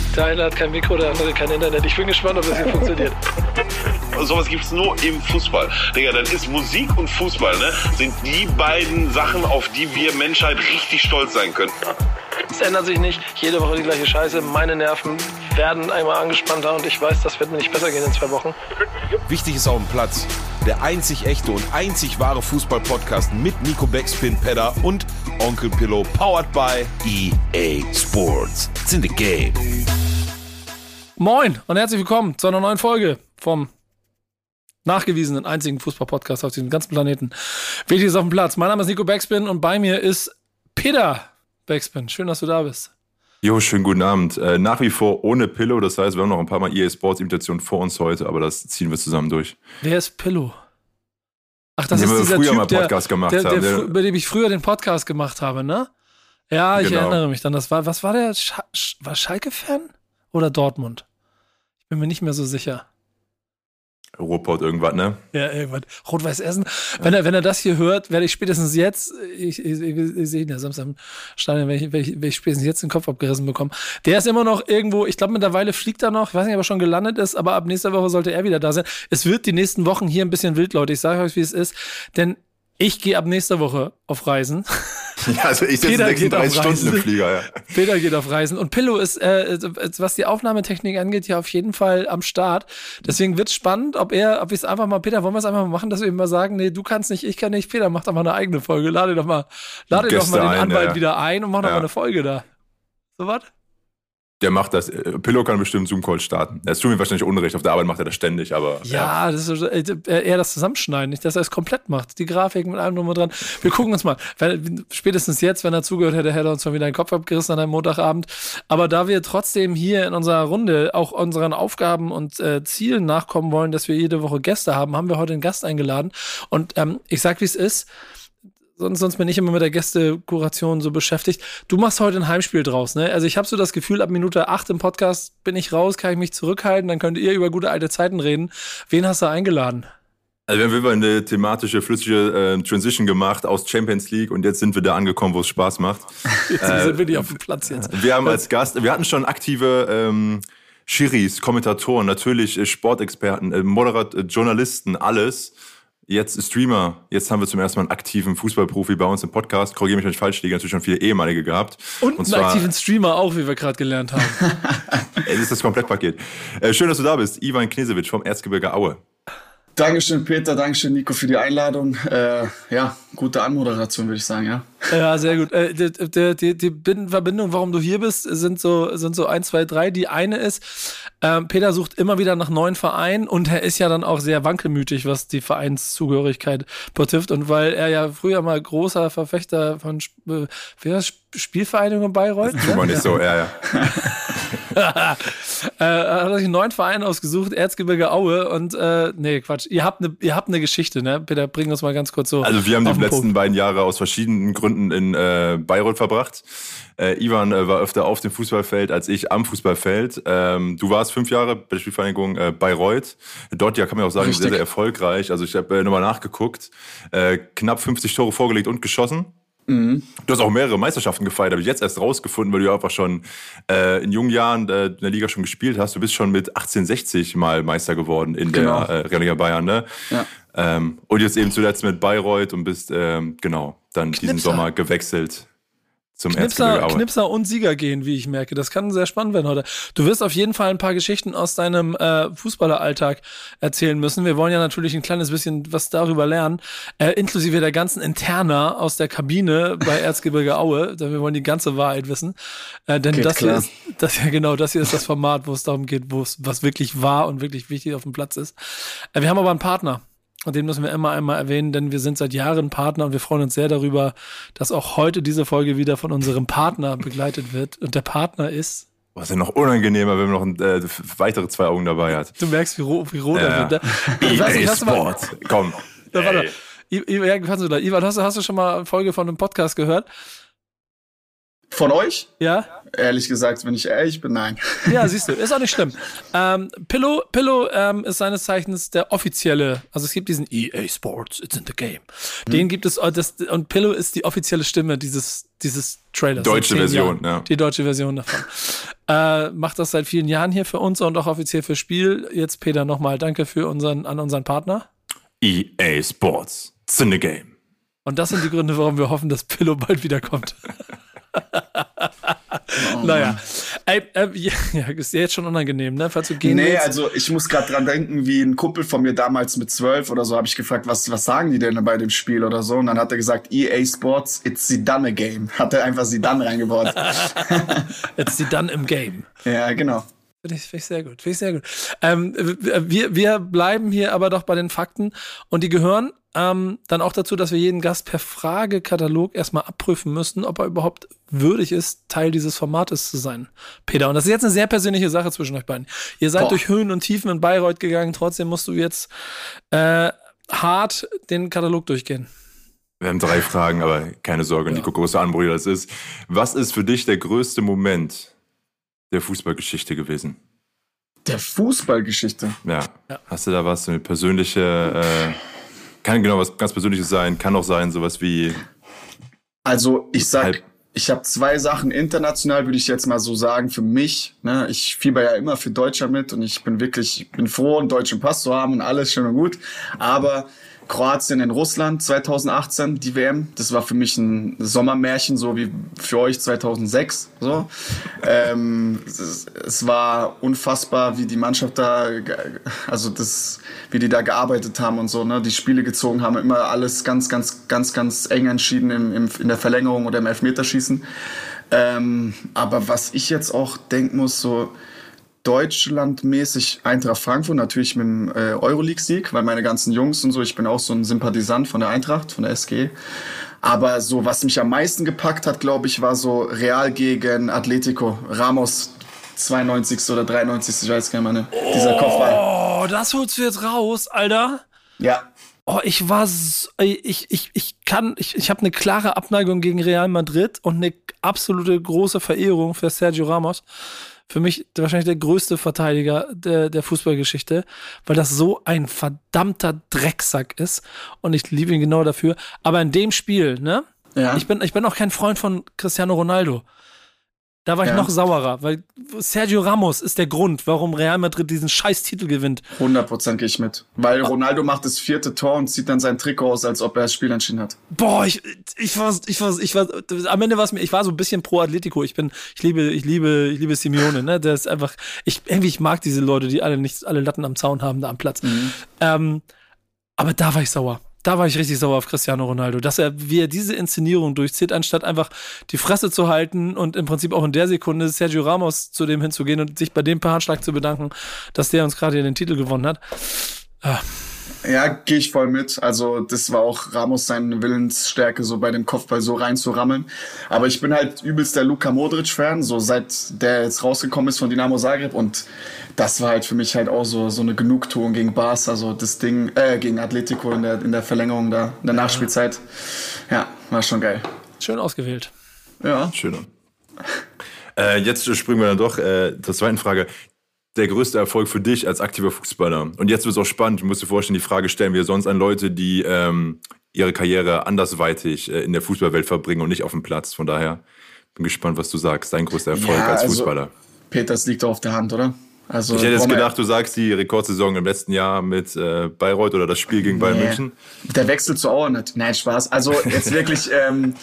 Der eine hat kein Mikro, der andere kein Internet. Ich bin gespannt, ob das hier funktioniert. Sowas gibt's nur im Fußball. Digga, dann ist Musik und Fußball, ne, sind die beiden Sachen, auf die wir Menschheit richtig stolz sein können. Es ändert sich nicht. Jede Woche die gleiche Scheiße. Meine Nerven werden einmal angespannter und ich weiß, das wird mir nicht besser gehen in 2 Wochen. Wichtig ist auf dem Platz. Der einzig echte und einzig wahre Fußball-Podcast mit Nico Backspin, Pedder und Onkel Pillow, powered by EA Sports. It's in the game. Moin und herzlich willkommen zu einer neuen Folge vom nachgewiesenen einzigen Fußball-Podcast auf diesem ganzen Planeten. Wichtig ist auf dem Platz. Mein Name ist Nico Backspin und bei mir ist Peter Backspin. Schön, dass du da bist. Jo, schönen guten Abend. Nach wie vor ohne Pillow, das heißt, wir haben noch ein paar Mal EA Sports Imitationen vor uns heute, aber das ziehen wir zusammen durch. Wer ist Pillow? Ach, das ist wir dieser früher Typ, mal Podcast gemacht haben, über den ich früher den Podcast gemacht habe, ne? Ja, ich Genau. erinnere mich dann. Das war, was war der? War Schalke-Fan oder Dortmund? Ich bin mir nicht mehr so sicher. Ruhrpott irgendwas, ne? Ja, irgendwann. Rot-Weiß Essen. Wenn er das hier hört, werde ich spätestens jetzt, ich sehe ihn ja Samstag im Stadion, werde ich spätestens jetzt den Kopf abgerissen bekommen. Der ist immer noch irgendwo, ich glaube mittlerweile fliegt er noch, ich weiß nicht, ob er schon gelandet ist, aber ab nächster Woche sollte er wieder da sein. Es wird die nächsten Wochen hier ein bisschen wild, Leute. Ich sage euch, wie es ist, denn ich gehe ab nächster Woche auf Reisen. Ja, also ich sitze 36 Stunden im Flieger, ja. Peter geht auf Reisen und Pillow ist, was die Aufnahmetechnik angeht, ja auf jeden Fall am Start. Deswegen wird's spannend, ob wir es einfach mal, Peter, wollen wir es einfach mal machen, dass wir ihm mal sagen, nee, du kannst nicht, ich kann nicht, Peter, mach doch mal eine eigene Folge. Lade doch mal den Anwalt wieder ein und mach doch mal eine Folge da. So was? Der macht das. Pillow kann bestimmt Zoom-Call starten. Das tut mir wahrscheinlich Unrecht. Auf der Arbeit macht er das ständig, aber. Ja, das ist eher das Zusammenschneiden, nicht, dass er es komplett macht. Die Grafik mit allem drum und dran. Wir gucken uns mal. Spätestens jetzt, wenn er zugehört hätte, hätte er uns schon wieder den Kopf abgerissen an einem Montagabend. Aber da wir trotzdem hier in unserer Runde auch unseren Aufgaben und Zielen nachkommen wollen, dass wir jede Woche Gäste haben, haben wir heute einen Gast eingeladen. Und ich sag, wie es ist. Sonst bin ich immer mit der Gästekuration so beschäftigt. Du machst heute ein Heimspiel draus, ne? Also ich habe so das Gefühl, ab Minute 8 im Podcast bin ich raus, kann ich mich zurückhalten, dann könnt ihr über gute alte Zeiten reden. Wen hast du eingeladen? Also wir haben eine thematische, flüssige Transition gemacht aus Champions League und jetzt sind wir da angekommen, wo es Spaß macht. Jetzt sind wir nicht auf dem Platz jetzt. Wir haben als Gast, wir hatten schon aktive Schiris, Kommentatoren, natürlich Sportexperten, Journalisten, alles. Jetzt Streamer, jetzt haben wir zum ersten Mal einen aktiven Fußballprofi bei uns im Podcast. Korrigiere mich, wenn ich falsch liege, natürlich schon viele ehemalige gehabt. Und einen aktiven Streamer auch, wie wir gerade gelernt haben. Es ist das Komplettpaket. Schön, dass du da bist. Ivan Knesewitsch vom Erzgebirge Aue. Dankeschön, Peter, Dankeschön, Nico, für die Einladung. Gute Anmoderation, würde ich sagen, ja. Ja, sehr gut. Die Verbindung, warum du hier bist, sind so 1, 2, 3. Die eine ist, Peter sucht immer wieder nach neuen Vereinen und er ist ja dann auch sehr wankelmütig, was die Vereinszugehörigkeit betrifft. Und weil er ja früher mal großer Verfechter von Spielvereinigung in Bayreuth, das tut man nicht so, ja. hat er sich einen neuen Verein ausgesucht, Erzgebirge Aue und nee, Quatsch, ihr habt eine Geschichte, ne? Peter, bring uns mal ganz kurz so. Also wir haben die letzten beiden Jahre aus verschiedenen Gründen in Bayreuth verbracht. Ivan war öfter auf dem Fußballfeld als ich am Fußballfeld. Du warst 5 Jahre bei der Spielvereinigung Bayreuth. Dort, ja, kann man auch sagen, Richtig. sehr, sehr erfolgreich. Also ich habe nochmal nachgeguckt. Knapp 50 Tore vorgelegt und geschossen. Du hast auch mehrere Meisterschaften gefeiert, habe ich jetzt erst rausgefunden, weil du einfach schon in jungen Jahren in der Liga schon gespielt hast. Du bist schon mit 1860 mal Meister geworden in der Regionalliga Bayern, ne? Ja. Und jetzt eben zuletzt mit Bayreuth und bist dann diesen Sommer gewechselt zum Erzgebirge Aue. Knipser und Sieger gehen, wie ich merke. Das kann sehr spannend werden heute. Du wirst auf jeden Fall ein paar Geschichten aus deinem Fußballeralltag erzählen müssen. Wir wollen ja natürlich ein kleines bisschen was darüber lernen, inklusive der ganzen Interna aus der Kabine bei Erzgebirge Aue. Wir wollen die ganze Wahrheit wissen. Denn das hier ist das Format, wo es darum geht, was wirklich wahr und wirklich wichtig auf dem Platz ist. Wir haben aber einen Partner. Und den müssen wir immer einmal erwähnen, denn wir sind seit Jahren Partner und wir freuen uns sehr darüber, dass auch heute diese Folge wieder von unserem Partner begleitet wird. Und der Partner ist... Was ist ja noch unangenehmer, wenn man noch weitere 2 Augen dabei hat. Du merkst, wie rot er wird. EA Sport, komm. Warte. Ivan, hast du schon mal eine Folge von einem Podcast gehört? Von euch? Ja? Ehrlich gesagt, wenn ich ehrlich bin, nein. Ja, siehst du, ist auch nicht schlimm. Pillow ist seines Zeichens der offizielle, also es gibt diesen EA Sports, it's in the game. Den gibt es, und Pillow ist die offizielle Stimme dieses Trailers. Deutsche Version, ja. Die deutsche Version davon. Macht das seit vielen Jahren hier für uns und auch offiziell fürs Spiel. Jetzt, Peter, nochmal danke an unseren Partner. EA Sports, it's in the game. Und das sind die Gründe, warum wir hoffen, dass Pillow bald wiederkommt. Naja. Ja, ist ja jetzt schon unangenehm, ne? Falls du gehen willst. Also ich muss gerade dran denken, wie ein Kumpel von mir damals mit 12 oder so, habe ich gefragt, was sagen die denn bei dem Spiel oder so? Und dann hat er gesagt, EA Sports, it's Zidane Game. Hat er einfach Zidane reingebaut. Jetzt Zidane im Game. Ja, genau. Finde ich sehr gut. Wir bleiben hier aber doch bei den Fakten und die gehören dann auch dazu, dass wir jeden Gast per Fragekatalog erstmal abprüfen müssen, ob er überhaupt würdig ist, Teil dieses Formates zu sein. Peter, und das ist jetzt eine sehr persönliche Sache zwischen euch beiden. Ihr seid durch Höhen und Tiefen in Bayreuth gegangen, trotzdem musst du jetzt hart den Katalog durchgehen. Wir haben 3 Fragen, aber keine Sorge, Nico, große Anbrüder, das ist. Was ist für dich der größte Moment der Fußballgeschichte gewesen? Der Fußballgeschichte? Ja. Hast du da was, so eine persönliche, kann genau was ganz Persönliches sein, kann auch sein, sowas wie... Also ich habe 2 Sachen international, würde ich jetzt mal so sagen, für mich. Ne? Ich fieber ja immer für Deutschland mit und ich bin froh, einen deutschen Pass zu haben und alles schön und gut. Aber Kroatien in Russland 2018, die WM, das war für mich ein Sommermärchen, so wie für euch 2006. So. Es war unfassbar, wie die Mannschaft da, wie die da gearbeitet haben und so, ne? Die Spiele gezogen haben, immer alles ganz, ganz, ganz, ganz eng entschieden in der Verlängerung oder im Elfmeterschießen. Aber was ich jetzt auch denken muss, so Deutschlandmäßig Eintracht Frankfurt, natürlich mit dem Euroleague-Sieg, weil meine ganzen Jungs und so, ich bin auch so ein Sympathisant von der Eintracht, von der SG. Aber so, was mich am meisten gepackt hat, glaube ich, war so Real gegen Atletico. Ramos, 92. oder 93. Ich weiß gar nicht mehr, dieser Kopfball. Oh, das holst du jetzt raus, Alter. Ja. Oh, ich habe eine klare Abneigung gegen Real Madrid und eine absolute große Verehrung für Sergio Ramos. Für mich wahrscheinlich der größte Verteidiger der Fußballgeschichte, weil das so ein verdammter Drecksack ist und ich liebe ihn genau dafür. Aber in dem Spiel, ne? Ja. Ich bin auch kein Freund von Cristiano Ronaldo. Da war ich noch sauerer, weil Sergio Ramos ist der Grund, warum Real Madrid diesen scheiß Titel gewinnt. 100% gehe ich mit. Weil Ronaldo macht das 4. Tor und zieht dann sein Trikot aus, als ob er das Spiel entschieden hat. Boah, ich war, am Ende war es mir, ich war so ein bisschen pro Atletico. Ich liebe Simeone, ne? Der ist einfach, ich mag diese Leute, die alle Latten am Zaun haben, da am Platz. Aber da war ich sauer. Da war ich richtig sauer auf Cristiano Ronaldo, wie er diese Inszenierung durchzieht, anstatt einfach die Fresse zu halten und im Prinzip auch in der Sekunde Sergio Ramos zu dem hinzugehen und sich bei dem per Handschlag zu bedanken, dass der uns gerade den Titel gewonnen hat. Ja, gehe ich voll mit. Also das war auch Ramos seine Willensstärke, so bei dem Kopfball so reinzurammeln. Aber ich bin halt übelst der Luka Modric-Fan, so seit der jetzt rausgekommen ist von Dinamo Zagreb, und das war halt für mich halt auch so eine Genugtuung gegen Barca, so das Ding, gegen Atletico in der Verlängerung da, in der Nachspielzeit. Ja, war schon geil. Schön ausgewählt. Ja. Schöner. Jetzt springen wir dann doch zur zweiten Frage. Der größte Erfolg für dich als aktiver Fußballer. Und jetzt wird es auch spannend. Du musst dir vorstellen, die Frage stellen wir sonst an Leute, die ihre Karriere andersweitig in der Fußballwelt verbringen und nicht auf dem Platz. Von daher bin gespannt, was du sagst. Dein größter Erfolg als Fußballer. Peter, das liegt doch auf der Hand, oder? Also, ich hätte jetzt gedacht, du sagst die Rekordsaison im letzten Jahr mit Bayreuth oder das Spiel gegen Bayern München. Der Wechsel zu Auer nicht. Nein, Spaß. Also jetzt wirklich,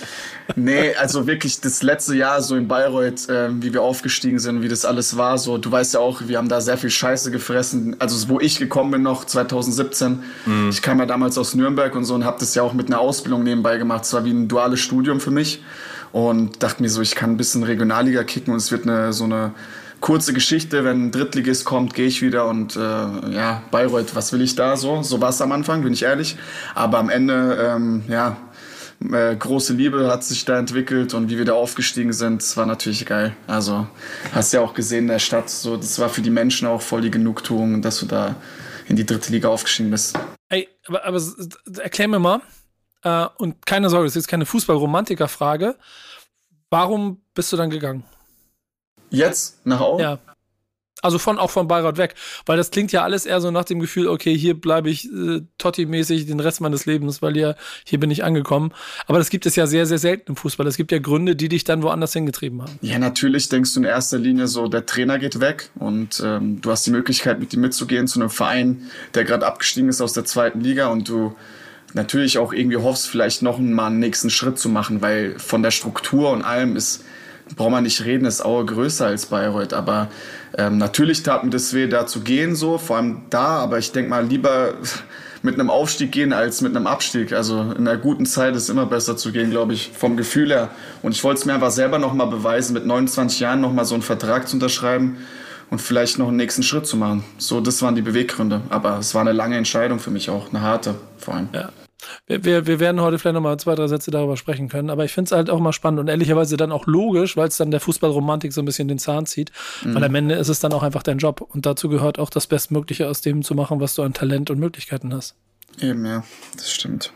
also wirklich das letzte Jahr so in Bayreuth, wie wir aufgestiegen sind, wie das alles war. So, du weißt ja auch, wir haben da sehr viel Scheiße gefressen. Also wo ich gekommen bin noch, 2017. Ich kam ja damals aus Nürnberg und so und habe das ja auch mit einer Ausbildung nebenbei gemacht. Es war wie ein duales Studium für mich. Und dachte mir so, ich kann ein bisschen Regionalliga kicken und es wird so eine kurze Geschichte, wenn ein Drittligist kommt, gehe ich wieder und Bayreuth, was will ich da so? So war es am Anfang, bin ich ehrlich. Aber am Ende, große Liebe hat sich da entwickelt und wie wir da aufgestiegen sind, das war natürlich geil. Also hast ja auch gesehen in der Stadt, so, das war für die Menschen auch voll die Genugtuung, dass du da in die 3. Liga aufgestiegen bist. Ey, aber erklär mir mal, und keine Sorge, das ist jetzt keine Fußball-Romantiker-Frage, Warum bist du dann gegangen? Jetzt nach Aue? Ja. Also auch von Bayreuth weg. Weil das klingt ja alles eher so nach dem Gefühl, okay, hier bleibe ich Totti-mäßig den Rest meines Lebens, weil hier bin ich angekommen. Aber das gibt es ja sehr, sehr selten im Fußball. Es gibt ja Gründe, die dich dann woanders hingetrieben haben. Ja, natürlich denkst du in erster Linie so, der Trainer geht weg und du hast die Möglichkeit, mit ihm mitzugehen zu einem Verein, der gerade abgestiegen ist aus der 2. Liga und du natürlich auch irgendwie hoffst, vielleicht noch mal einen nächsten Schritt zu machen, weil von der Struktur und allem braucht man nicht reden, ist Aue größer als Bayreuth, aber natürlich tat mir das weh, da zu gehen, so, vor allem da, aber ich denke mal, lieber mit einem Aufstieg gehen als mit einem Abstieg. Also in einer guten Zeit ist immer besser zu gehen, glaube ich, vom Gefühl her. Und ich wollte es mir einfach selber nochmal beweisen, mit 29 Jahren nochmal so einen Vertrag zu unterschreiben und vielleicht noch einen nächsten Schritt zu machen. So, das waren die Beweggründe. Aber es war eine lange Entscheidung für mich auch, eine harte vor allem. Ja. Wir werden heute vielleicht nochmal 2, 3 Sätze darüber sprechen können, aber ich finde es halt auch mal spannend und ehrlicherweise dann auch logisch, weil es dann der Fußballromantik so ein bisschen den Zahn zieht, weil am Ende ist es dann auch einfach dein Job und dazu gehört auch das Bestmögliche aus dem zu machen, was du an Talent und Möglichkeiten hast. Eben, ja, das stimmt.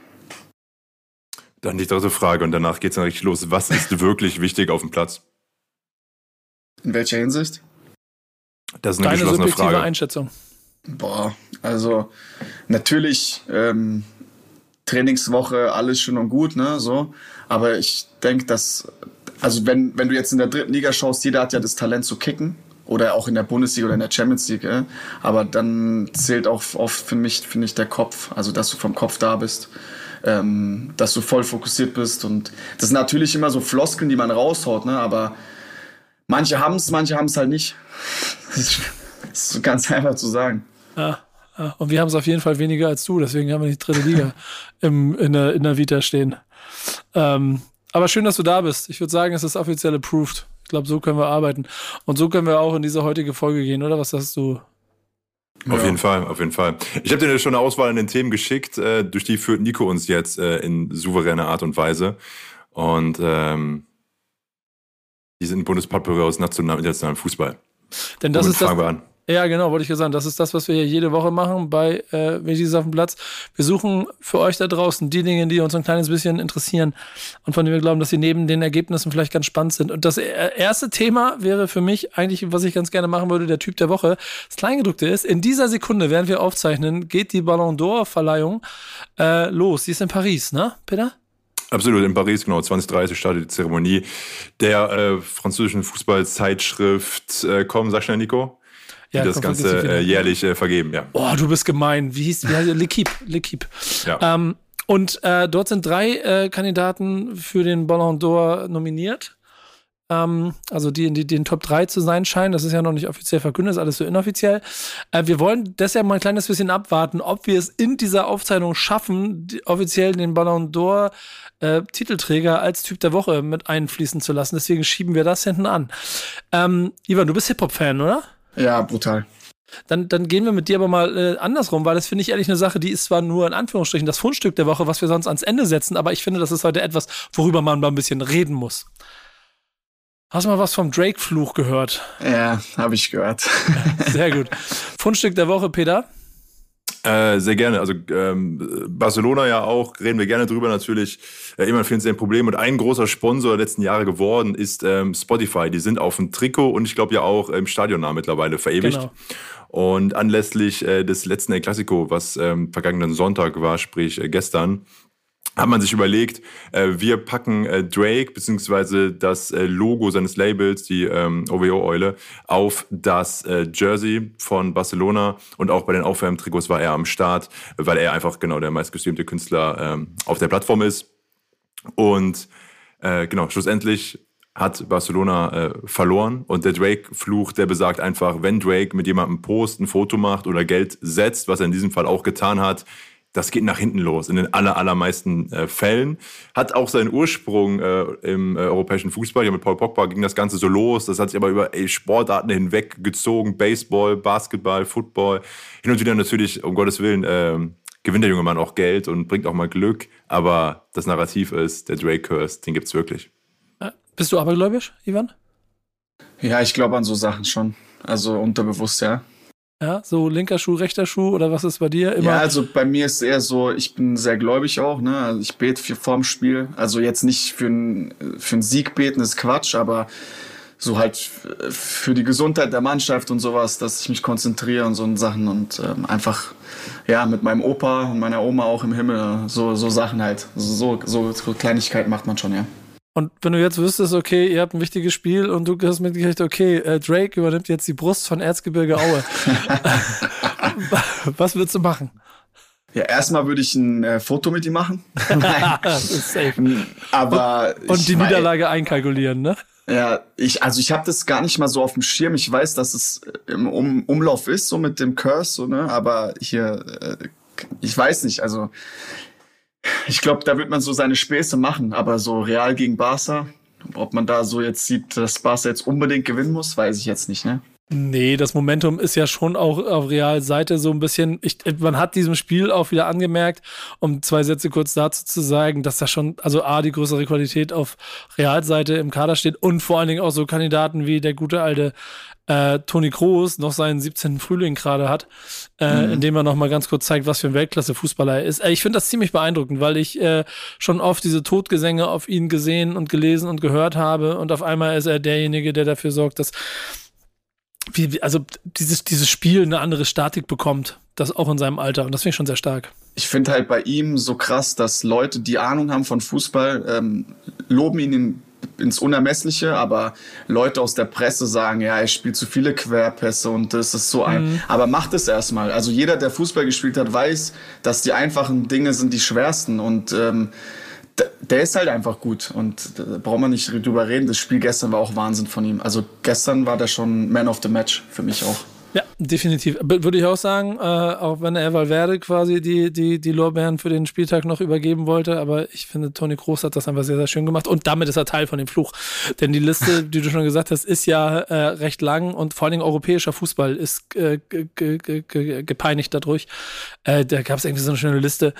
Dann die dritte Frage und danach geht's dann richtig los. Was ist wirklich wichtig auf dem Platz? In welcher Hinsicht? Das ist eine Deine geschlossene subjektive Frage. Einschätzung. Boah, also natürlich Trainingswoche, alles schön und gut, ne, so. Aber ich denke, dass, also wenn du jetzt in der 3. Liga schaust, jeder hat ja das Talent zu kicken. Oder auch in der Bundesliga oder in der Champions League. Aber dann zählt auch oft für mich, finde ich, der Kopf. Also, dass du vom Kopf da bist. Dass du voll fokussiert bist. Und das sind natürlich immer so Floskeln, die man raushaut, ne? Aber manche haben es halt nicht. Das ist ganz einfach zu sagen. Und wir haben es auf jeden Fall weniger als du, deswegen haben wir nicht 3. Liga in der Vita stehen. Aber schön, dass du da bist. Ich würde sagen, es ist offiziell approved. Ich glaube, so können wir arbeiten. Und so können wir auch in diese heutige Folge gehen, oder? Was sagst du? Auf jeden Fall, auf jeden Fall. Ich habe dir schon eine Auswahl an den Themen geschickt, durch die führt Nico uns jetzt in souveräner Art und Weise. Und die sind ein Bundespotpourri aus nationalem und internationalem Fußball. Denn das ist das. Fangen wir an. Ja, genau, wollte ich ja sagen. Das ist das, was wir hier jede Woche machen bei Veggies auf dem Platz. Wir suchen für euch da draußen die Dinge, die uns ein kleines bisschen interessieren und von denen wir glauben, dass sie neben den Ergebnissen vielleicht ganz spannend sind. Und das erste Thema wäre für mich eigentlich, was ich ganz gerne machen würde, der Typ der Woche. Das Kleingedruckte ist, in dieser Sekunde, während wir aufzeichnen, geht die Ballon d'Or-Verleihung los. Die ist in Paris, ne, Peter? Absolut, in Paris, genau, 2030 startet die Zeremonie der französischen Fußballzeitschrift, komm, sag schnell, Nico. Ja, die das Ganze jährlich vergeben, ja. Oh, du bist gemein. Wie heißt L'Équipe. Ja. Und dort sind 3 Kandidaten für den Ballon d'Or nominiert. Also die in den Top 3 zu sein scheinen. Das ist ja noch nicht offiziell verkündet, ist alles so inoffiziell. Wir wollen deshalb mal ein kleines bisschen abwarten, ob wir es in dieser Aufzeichnung schaffen, offiziell den Ballon d'Or Titelträger als Typ der Woche mit einfließen zu lassen. Deswegen schieben wir das hinten an. Ivan, du bist Hip-Hop-Fan, oder? Ja, brutal. Dann gehen wir mit dir aber mal andersrum, weil das finde ich ehrlich eine Sache, die ist zwar nur in Anführungsstrichen das Fundstück der Woche, was wir sonst ans Ende setzen, aber ich finde, das ist heute etwas, worüber man mal ein bisschen reden muss. Hast du mal was vom Drake-Fluch gehört? Ja, habe ich gehört. Sehr gut. Fundstück der Woche, Peter? Sehr gerne. Also Barcelona ja auch, reden wir gerne drüber natürlich. Immer finanziell ein Problem. Und ein großer Sponsor der letzten Jahre geworden ist Spotify. Die sind auf dem Trikot und ich glaube ja auch im Stadion mittlerweile verewigt. Genau. Und anlässlich des letzten El Clasico, was vergangenen Sonntag war, sprich gestern, hat man sich überlegt, wir packen Drake beziehungsweise das Logo seines Labels, die OVO-Eule, auf das Jersey von Barcelona und auch bei den Aufwärmtrikots war er am Start, weil er einfach genau der meistgestreamte Künstler auf der Plattform ist. Und genau, schlussendlich hat Barcelona verloren und der Drake-Fluch, der besagt einfach, wenn Drake mit jemandem ein Foto macht oder Geld setzt, was er in diesem Fall auch getan hat, das geht nach hinten los, in den allermeisten Fällen. Hat auch seinen Ursprung im europäischen Fußball. Ja, mit Paul Pogba ging das Ganze so los. Das hat sich aber über Sportarten hinweg gezogen. Baseball, Basketball, Football. Hin und wieder natürlich, um Gottes Willen, gewinnt der junge Mann auch Geld und bringt auch mal Glück. Aber das Narrativ ist, der Drake-Curse, den gibt's wirklich. Bist du abergläubisch, Ivan? Ja, ich glaube an so Sachen schon. Also unterbewusst, ja. Ja, so linker Schuh, rechter Schuh oder was ist bei dir immer? Ja, also bei mir ist eher so, ich bin sehr gläubig auch, ne? Also ich bete vorm Spiel. Also jetzt nicht für einen Sieg beten, ist Quatsch, aber so halt für die Gesundheit der Mannschaft und sowas, dass ich mich konzentriere und so Sachen und einfach ja mit meinem Opa und meiner Oma auch im Himmel, so Sachen halt. So Kleinigkeiten macht man schon, ja. Und wenn du jetzt wüsstest, okay, ihr habt ein wichtiges Spiel und du hast mitgekriegt, okay, Drake übernimmt jetzt die Brust von Erzgebirge Aue. Was würdest du machen? Ja, erstmal würde ich ein Foto mit ihm machen. Nein. Das ist safe. Aber und die Niederlage einkalkulieren, ne? Ja, ich habe das gar nicht mal so auf dem Schirm. Ich weiß, dass es im Umlauf ist, so mit dem Curse, so, ne? Aber hier, ich weiß nicht, also ich glaube, da wird man so seine Späße machen, aber so Real gegen Barca, ob man da so jetzt sieht, dass Barca jetzt unbedingt gewinnen muss, weiß ich jetzt nicht, ne? Nee, das Momentum ist ja schon auch auf Real-Seite so ein bisschen, man hat diesem Spiel auch wieder angemerkt, um 2 Sätze kurz dazu zu sagen, dass da schon, also A, die größere Qualität auf Real-Seite im Kader steht und vor allen Dingen auch so Kandidaten wie der gute alte Toni Kroos noch seinen 17. Frühling gerade hat, indem er noch mal ganz kurz zeigt, was für ein Weltklasse-Fußballer er ist. Ich finde das ziemlich beeindruckend, weil ich schon oft diese Todgesänge auf ihn gesehen und gelesen und gehört habe und auf einmal ist er derjenige, der dafür sorgt, dass dieses Spiel eine andere Statik bekommt, das auch in seinem Alter. Und das finde ich schon sehr stark. Ich finde halt bei ihm so krass, dass Leute, die Ahnung haben von Fußball, loben ihn ins Unermessliche, aber Leute aus der Presse sagen, ja, er spielt zu viele Querpässe und das ist so ein. Aber macht es erstmal. Also jeder, der Fußball gespielt hat, weiß, dass die einfachen Dinge sind die schwersten und der ist halt einfach gut und da braucht man nicht drüber reden. Das Spiel gestern war auch Wahnsinn von ihm. Also gestern war der schon Man of the Match für mich auch. Ja, definitiv. Würde ich auch sagen, auch wenn er Valverde quasi die Lorbeeren für den Spieltag noch übergeben wollte, aber ich finde, Toni Kroos hat das einfach sehr, sehr schön gemacht und damit ist er Teil von dem Fluch. Denn die Liste, die du schon gesagt hast, ist ja recht lang und vor allen Dingen europäischer Fußball ist gepeinigt dadurch. Da gab es irgendwie so eine schöne Liste.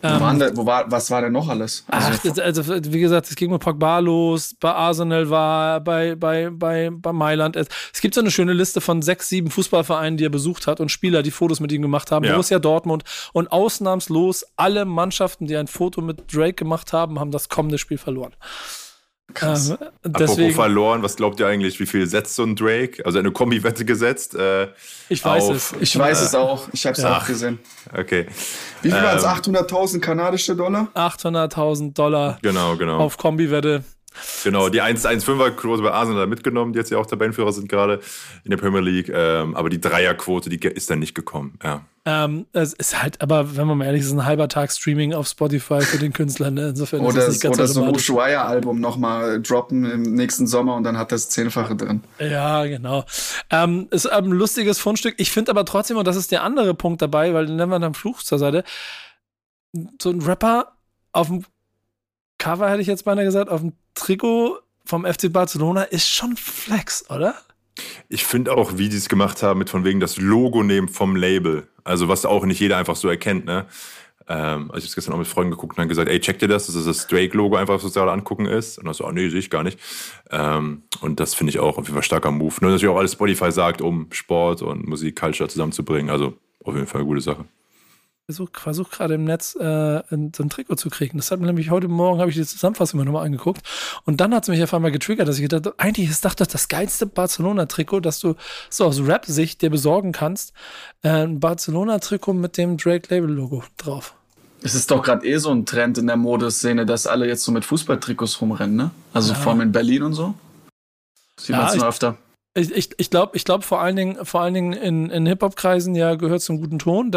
Was war denn noch alles? Also wie gesagt, es ging mit Pogba los, bei Arsenal war, bei Mailand. Es gibt so eine schöne Liste von 6, 7 Fußballvereinen, die er besucht hat und Spieler, die Fotos mit ihm gemacht haben. Ja. Borussia Dortmund und ausnahmslos alle Mannschaften, die ein Foto mit Drake gemacht haben, haben das kommende Spiel verloren. Krass. Apropos verloren, was glaubt ihr eigentlich, wie viel setzt so ein Drake? Also eine Kombi-Wette gesetzt? Ich weiß es. Ich weiß es auch. Ich habe es auch gesehen. Okay. Wie viel waren es? 800.000 kanadische Dollar? $800.000 genau. auf Kombi-Wette. Genau, die 1,5er-Quote bei Arsenal mitgenommen, die jetzt ja auch Tabellenführer sind gerade in der Premier League. Aber die Dreier-Quote, die ist dann nicht gekommen. Ja. Es ist halt, aber wenn man mal ehrlich ist, ein halber Tag Streaming auf Spotify für den Künstler. Ne? Insofern ist es nicht ganz so ein Ushuaia-Album nochmal droppen im nächsten Sommer und dann hat das 10-fache drin. Ja, genau. Ist ein lustiges Fundstück. Ich finde aber trotzdem, und das ist der andere Punkt dabei, weil den nennen wir dann Fluch zur Seite, so ein Rapper auf dem Cover, hätte ich jetzt beinahe gesagt, auf dem Trikot vom FC Barcelona ist schon Flex, oder? Ich finde auch, wie die es gemacht haben, mit von wegen das Logo nehmen vom Label. Also was auch nicht jeder einfach so erkennt, ne? Also ich habe es gestern auch mit Freunden geguckt und dann gesagt, ey, checkt ihr das, dass das Drake-Logo einfach sozial angucken ist? Und dann so, nee, sehe ich gar nicht. Und das finde ich auch auf jeden Fall starker Move. Nur natürlich auch alles Spotify sagt, um Sport und Musik, Culture zusammenzubringen. Also auf jeden Fall eine gute Sache. Ich versuche gerade im Netz so ein Trikot zu kriegen. Das hat mir nämlich heute Morgen, habe ich die Zusammenfassung nochmal angeguckt. Und dann hat es mich auf einmal getriggert, dass ich gedacht habe, eigentlich ist das geilste Barcelona-Trikot, das du so aus Rap-Sicht dir besorgen kannst. Ein Barcelona-Trikot mit dem Drake-Label-Logo drauf. Es ist doch gerade so ein Trend in der Modeszene, dass alle jetzt so mit Fußballtrikots rumrennen, ne? Also vor allem in Berlin und so. Sieht man es nur öfter. Ich glaube vor allen Dingen in Hip-Hop-Kreisen ja gehört zum guten Ton.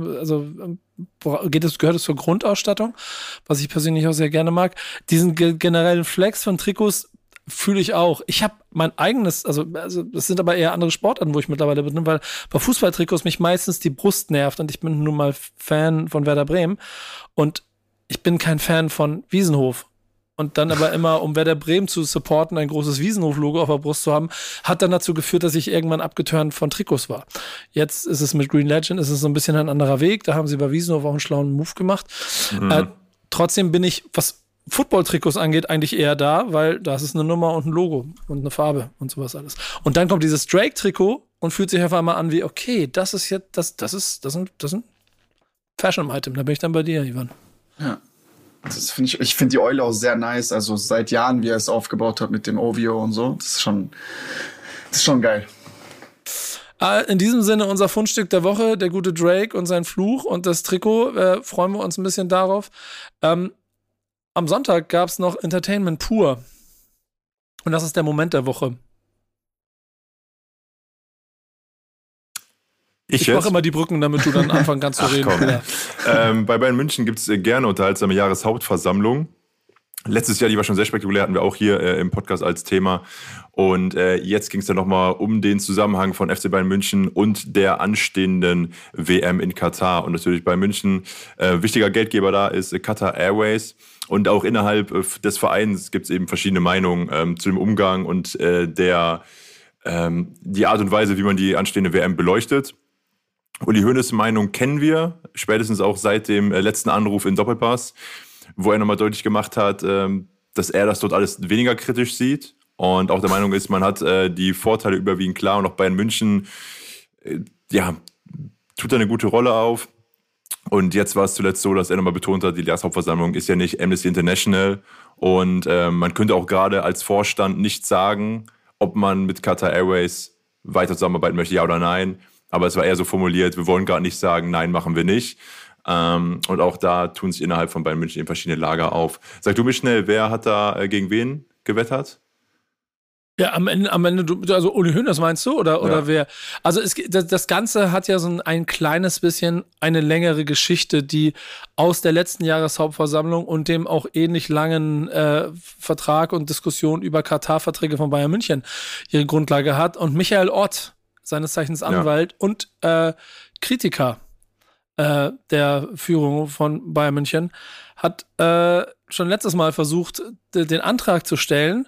Gehört es zur Grundausstattung, was ich persönlich auch sehr gerne mag. Diesen generellen Flex von Trikots fühle ich auch. Ich habe mein eigenes, also das sind aber eher andere Sportarten, wo ich mittlerweile bin, weil bei Fußballtrikots mich meistens die Brust nervt und ich bin nun mal Fan von Werder Bremen und ich bin kein Fan von Wiesenhof. Und dann aber immer, um Werder Bremen zu supporten, ein großes Wiesenhof-Logo auf der Brust zu haben, hat dann dazu geführt, dass ich irgendwann abgeturnt von Trikots war. Jetzt ist es mit Green Legend, ist es so ein bisschen ein anderer Weg. Da haben sie bei Wiesenhof auch einen schlauen Move gemacht. Trotzdem bin ich, was Football-Trikots angeht, eigentlich eher da, weil da ist eine Nummer und ein Logo und eine Farbe und sowas alles. Und dann kommt dieses Drake-Trikot und fühlt sich auf einmal an wie, okay, das ist jetzt, das ist ein Fashion-Item. Da bin ich dann bei dir, Ivan. Ja. Ich finde die Eule auch sehr nice. Also seit Jahren, wie er es aufgebaut hat mit dem OVO und so. Das ist schon geil. In diesem Sinne unser Fundstück der Woche, der gute Drake und sein Fluch und das Trikot. Freuen wir uns ein bisschen darauf. Am Sonntag gab es noch Entertainment pur. Und das ist der Moment der Woche. Ich mache immer die Brücken, damit du dann anfangen kannst zu reden. Bei Bayern München gibt es gerne unterhaltsame Jahreshauptversammlung. Letztes Jahr, die war schon sehr spektakulär, hatten wir auch hier im Podcast als Thema. Und jetzt ging es dann nochmal um den Zusammenhang von FC Bayern München und der anstehenden WM in Katar. Und natürlich bei München wichtiger Geldgeber da ist Qatar Airways. Und auch innerhalb des Vereins gibt es eben verschiedene Meinungen zu dem Umgang und die Art und Weise, wie man die anstehende WM beleuchtet. Uli Hoeneß' Meinung kennen wir, spätestens auch seit dem letzten Anruf in Doppelpass, wo er nochmal deutlich gemacht hat, dass er das dort alles weniger kritisch sieht und auch der Meinung ist, man hat die Vorteile überwiegend klar und auch Bayern München tut da eine gute Rolle auf. Und jetzt war es zuletzt so, dass er nochmal betont hat, die Jahreshauptversammlung ist ja nicht Amnesty International und man könnte auch gerade als Vorstand nicht sagen, ob man mit Qatar Airways weiter zusammenarbeiten möchte, ja oder nein. Aber es war eher so formuliert, wir wollen gerade nicht sagen, nein, machen wir nicht. Und auch da tun sich innerhalb von Bayern München eben verschiedene Lager auf. Sag du mir schnell, wer hat da gegen wen gewettert? Ja, am Ende, also Uli Hoeneß meinst du? Oder wer? Also das Ganze hat ja so ein kleines bisschen eine längere Geschichte, die aus der letzten Jahreshauptversammlung und dem auch ähnlich langen Vertrag und Diskussion über Katar-Verträge von Bayern München ihre Grundlage hat. Und Michael Ott, seines Zeichens Anwalt und Kritiker der Führung von Bayern München, hat schon letztes Mal versucht, den Antrag zu stellen,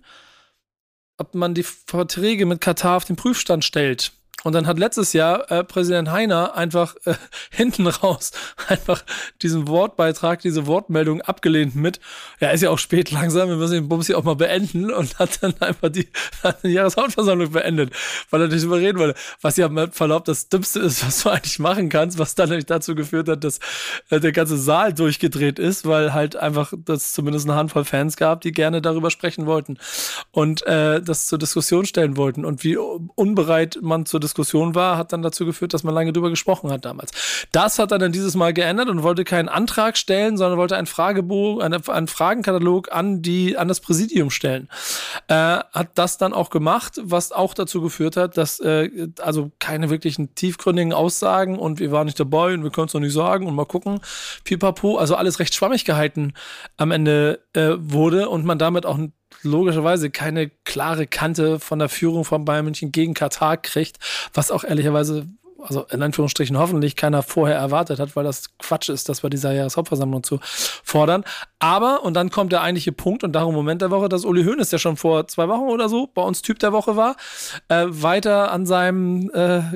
ob man die Verträge mit Katar auf den Prüfstand stellt. Und dann hat letztes Jahr Präsident Heiner einfach hinten raus einfach diesen Wortbeitrag, diese Wortmeldung abgelehnt mit, ja, ist ja auch spät langsam, wir müssen den Bums hier auch mal beenden und hat dann einfach die Jahreshauptversammlung beendet, weil er nicht überreden wollte. Was ja mit Verlaub das Dümmste ist, was du eigentlich machen kannst, was dann nämlich dazu geführt hat, dass der ganze Saal durchgedreht ist, weil halt einfach das zumindest eine Handvoll Fans gab, die gerne darüber sprechen wollten und das zur Diskussion stellen wollten. Und wie unbereit man zur Diskussion war, hat dann dazu geführt, dass man lange drüber gesprochen hat damals. Das hat er dann dieses Mal geändert und wollte keinen Antrag stellen, sondern wollte einen Fragebogen, einen Fragenkatalog an das Präsidium stellen. Hat das dann auch gemacht, was auch dazu geführt hat, dass also keine wirklichen tiefgründigen Aussagen und wir waren nicht dabei und wir können es noch nicht sagen und mal gucken, pipapo, also alles recht schwammig gehalten am Ende wurde und man damit auch logischerweise keine klare Kante von der Führung von Bayern München gegen Katar kriegt, was auch ehrlicherweise, also in Anführungsstrichen hoffentlich keiner vorher erwartet hat, weil das Quatsch ist, das bei dieser Jahreshauptversammlung zu fordern. Aber, und dann kommt der eigentliche Punkt und darum Moment der Woche, dass Uli Hoeneß, der schon vor 2 Wochen oder so bei uns Typ der Woche war, weiter an seinem,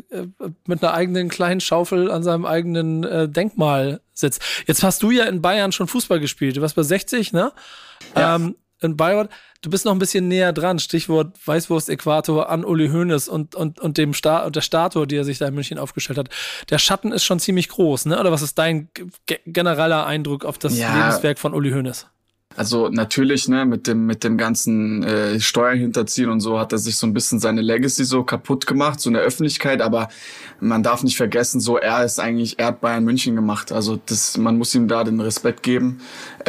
mit einer eigenen kleinen Schaufel an seinem eigenen Denkmal sitzt. Jetzt hast du ja in Bayern schon Fußball gespielt. Du warst bei 60, ne? Ja. In Bayreuth, du bist noch ein bisschen näher dran, Stichwort Weißwurst-Äquator an Uli Hoeneß und der Statue, die er sich da in München aufgestellt hat. Der Schatten ist schon ziemlich groß, ne? Oder was ist dein genereller Eindruck auf das Lebenswerk von Uli Hoeneß? Also natürlich, ne, mit dem ganzen Steuern hinterziehen und so hat er sich so ein bisschen seine Legacy so kaputt gemacht, so in der Öffentlichkeit, aber man darf nicht vergessen, so er hat Bayern München gemacht, also man muss ihm da den Respekt geben.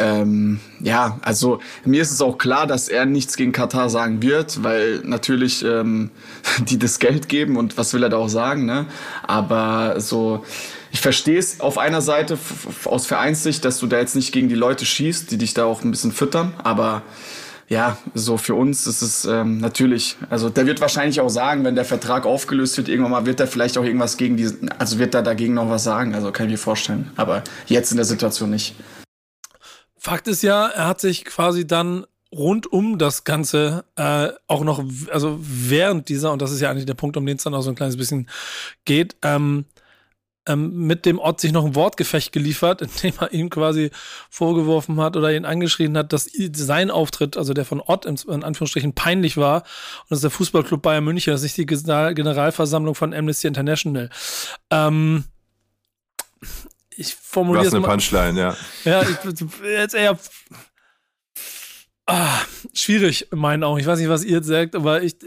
Ja, also mir ist es auch klar, dass er nichts gegen Katar sagen wird, weil natürlich die das Geld geben und was will er da auch sagen, ne, aber so... Ich verstehe es auf einer Seite aus Vereinssicht, dass du da jetzt nicht gegen die Leute schießt, die dich da auch ein bisschen füttern. Aber ja, so für uns ist es natürlich, also der wird wahrscheinlich auch sagen, wenn der Vertrag aufgelöst wird, irgendwann mal wird er vielleicht auch irgendwas wird er dagegen noch was sagen. Also kann ich mir vorstellen. Aber jetzt in der Situation nicht. Fakt ist ja, er hat sich quasi dann rund um das Ganze auch noch, also während dieser, und das ist ja eigentlich der Punkt, um den es dann auch so ein kleines bisschen geht, mit dem Ott sich noch ein Wortgefecht geliefert, indem er ihm quasi vorgeworfen hat oder ihn angeschrien hat, dass sein Auftritt, also der von Ott in Anführungsstrichen peinlich war, und das ist der Fußballclub Bayern München, das ist nicht die Generalversammlung von Amnesty International. Ich formuliere es eine mal. Punchline, ja. Ja, jetzt eher schwierig in meinen Augen. Ich weiß nicht, was ihr jetzt sagt, aber ich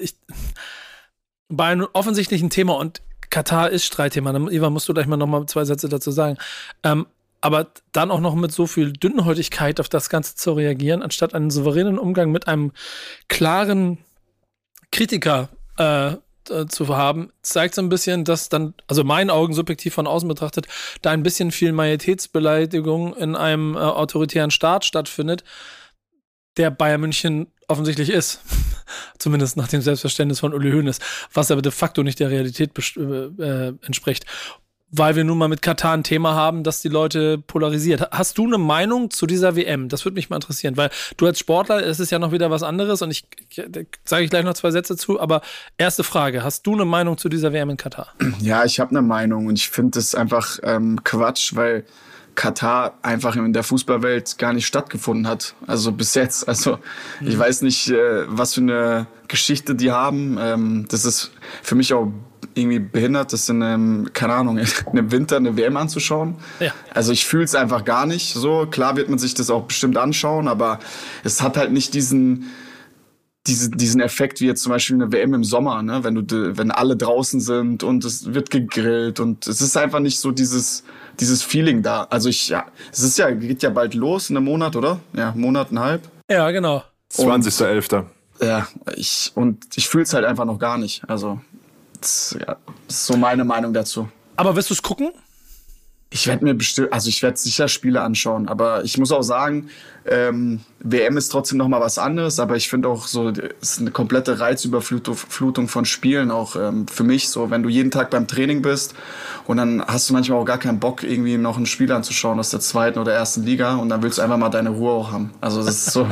bei einem offensichtlichen Thema, und Katar ist Streitthema, dann, Eva, musst du gleich mal nochmal 2 Sätze dazu sagen, aber dann auch noch mit so viel Dünnhäutigkeit auf das Ganze zu reagieren, anstatt einen souveränen Umgang mit einem klaren Kritiker zu haben, zeigt so ein bisschen, dass dann, also in meinen Augen subjektiv von außen betrachtet, da ein bisschen viel Majestätsbeleidigung in einem autoritären Staat stattfindet, der Bayern München offensichtlich ist. Zumindest nach dem Selbstverständnis von Uli Hoeneß, was aber de facto nicht der Realität entspricht. Weil wir nun mal mit Katar ein Thema haben, das die Leute polarisiert. Hast du eine Meinung zu dieser WM? Das würde mich mal interessieren, weil du als Sportler, es ist ja noch wieder was anderes, und sage ich gleich noch 2 Sätze zu, aber erste Frage, hast du eine Meinung zu dieser WM in Katar? Ja, ich habe eine Meinung, und ich finde das einfach Quatsch, weil Katar einfach in der Fußballwelt gar nicht stattgefunden hat. Also bis jetzt. Also ich weiß nicht, was für eine Geschichte die haben. Das ist für mich auch irgendwie behindert, das in keine Ahnung, im Winter eine WM anzuschauen. Ja. Also ich fühle es einfach gar nicht so. Klar wird man sich das auch bestimmt anschauen, aber es hat halt nicht diesen Effekt wie jetzt zum Beispiel eine WM im Sommer, ne? Wenn alle draußen sind und es wird gegrillt, und es ist einfach nicht so dieses Feeling da. Also geht ja bald los in einem Monat, oder? Ja, Monat und halb. Ja, genau. 20.11. Ja, ich fühle es halt einfach noch gar nicht. Also das ist so meine Meinung dazu. Aber wirst du es gucken? Ich werde sicher Spiele anschauen, aber ich muss auch sagen, WM ist trotzdem noch mal was anderes, aber ich finde auch so, es ist eine komplette Reizüberflutung von Spielen auch für mich so, wenn du jeden Tag beim Training bist und dann hast du manchmal auch gar keinen Bock, irgendwie noch ein Spiel anzuschauen aus der 2. oder 1. Liga, und dann willst du einfach mal deine Ruhe auch haben. Also das ist so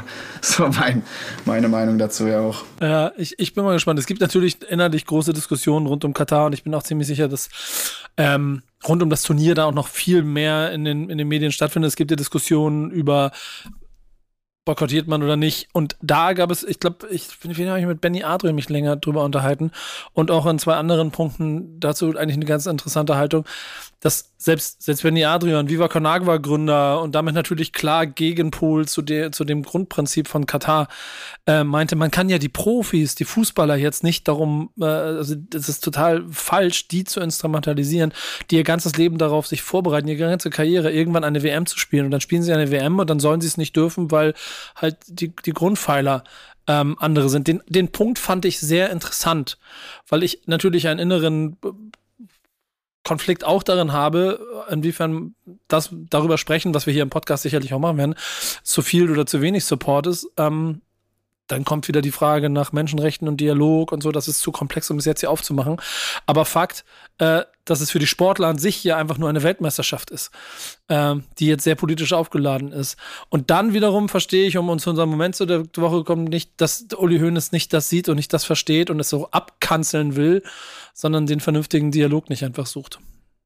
meine Meinung dazu ja auch. Ja, ich bin mal gespannt. Es gibt natürlich innerlich große Diskussionen rund um Katar, und ich bin auch ziemlich sicher, dass rund um das Turnier da auch noch viel mehr in den Medien stattfindet. Es gibt ja Diskussionen über boykottiert man oder nicht. Und da gab es, ich glaube, habe ich mit Benny Adrian mich länger drüber unterhalten, und auch in 2 anderen Punkten dazu eigentlich eine ganz interessante Haltung, dass selbst Benny Adrian, Viva Con Agua Gründer und damit natürlich klar Gegenpol zu dem Grundprinzip von Katar, meinte, man kann ja die Profis, die Fußballer jetzt nicht darum, also das ist total falsch, die zu instrumentalisieren, die ihr ganzes Leben darauf sich vorbereiten, ihre ganze Karriere irgendwann eine WM zu spielen, und dann spielen sie eine WM und dann sollen sie es nicht dürfen, weil halt die Grundpfeiler andere sind. Den Punkt fand ich sehr interessant, weil ich natürlich einen inneren Konflikt auch darin habe, inwiefern das darüber sprechen, was wir hier im Podcast sicherlich auch machen werden, zu viel oder zu wenig Support ist. Dann kommt wieder die Frage nach Menschenrechten und Dialog und so, das ist zu komplex, um es jetzt hier aufzumachen. Aber Fakt, dass es für die Sportler an sich hier einfach nur eine Weltmeisterschaft ist, die jetzt sehr politisch aufgeladen ist. Und dann wiederum verstehe ich, um zu unserem Moment zu der Woche gekommen, nicht, dass Uli Hoeneß nicht das sieht und nicht das versteht und es so abkanzeln will, sondern den vernünftigen Dialog nicht einfach sucht.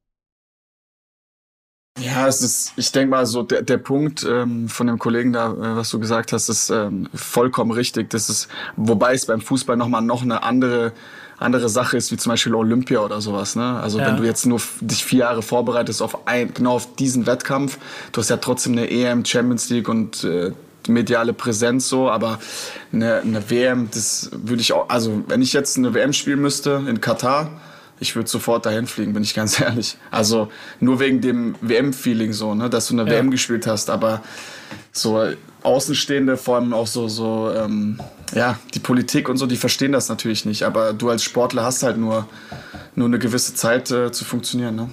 Ja, ich denke mal, so der Punkt von dem Kollegen da, was du gesagt hast, ist vollkommen richtig. Wobei es beim Fußball noch eine andere Sache ist, wie zum Beispiel Olympia oder sowas, ne? Also wenn du jetzt nur dich 4 Jahre vorbereitest genau auf diesen Wettkampf, du hast ja trotzdem eine EM, Champions League und mediale Präsenz so, aber eine WM, das würde ich auch, also wenn ich jetzt eine WM spielen müsste in Katar, ich würde sofort dahin fliegen, bin ich ganz ehrlich. Also nur wegen dem WM-Feeling so, ne, dass du eine WM gespielt hast, aber so Außenstehende, vor allem auch so die Politik und so, die verstehen das natürlich nicht, aber du als Sportler hast halt nur eine gewisse Zeit zu funktionieren, ne?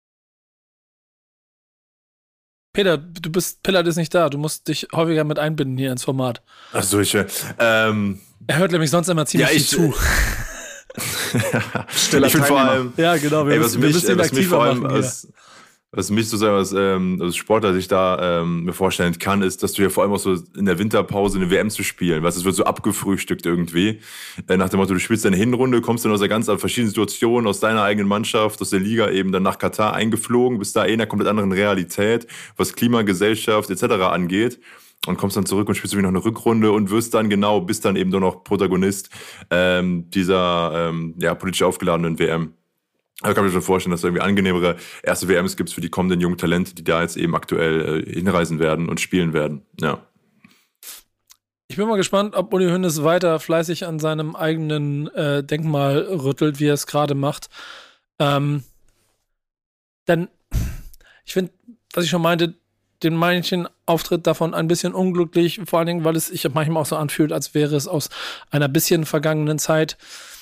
Peter, Pillard ist nicht da, du musst dich häufiger mit einbinden hier ins Format. Ach so, er hört nämlich sonst immer ziemlich viel zu. Stiller ich finde vor allem, ja, genau, wir müssen ihn aktiver machen. Was mich sozusagen als Sportler sich da mir vorstellen kann, ist, dass du ja vor allem auch so in der Winterpause eine WM zu spielen, weißt du, es wird so abgefrühstückt irgendwie, nach dem Motto, du spielst deine Hinrunde, kommst dann aus der ganz verschiedenen Situation, aus deiner eigenen Mannschaft, aus der Liga eben dann nach Katar eingeflogen, bist da in einer komplett anderen Realität, was Klima, Gesellschaft etc. angeht, und kommst dann zurück und spielst irgendwie noch eine Rückrunde und bist dann eben nur noch Protagonist dieser politisch aufgeladenen WM. Da kann ich mir schon vorstellen, dass es irgendwie angenehmere erste WMs gibt für die kommenden jungen Talente, die da jetzt eben aktuell hinreisen werden und spielen werden. Ja. Ich bin mal gespannt, ob Uli Hoeneß weiter fleißig an seinem eigenen Denkmal rüttelt, wie er es gerade macht. Denn ich finde, was ich schon meinte, den manchen Auftritt davon ein bisschen unglücklich, vor allen Dingen, weil es sich manchmal auch so anfühlt, als wäre es aus einer bisschen vergangenen Zeit.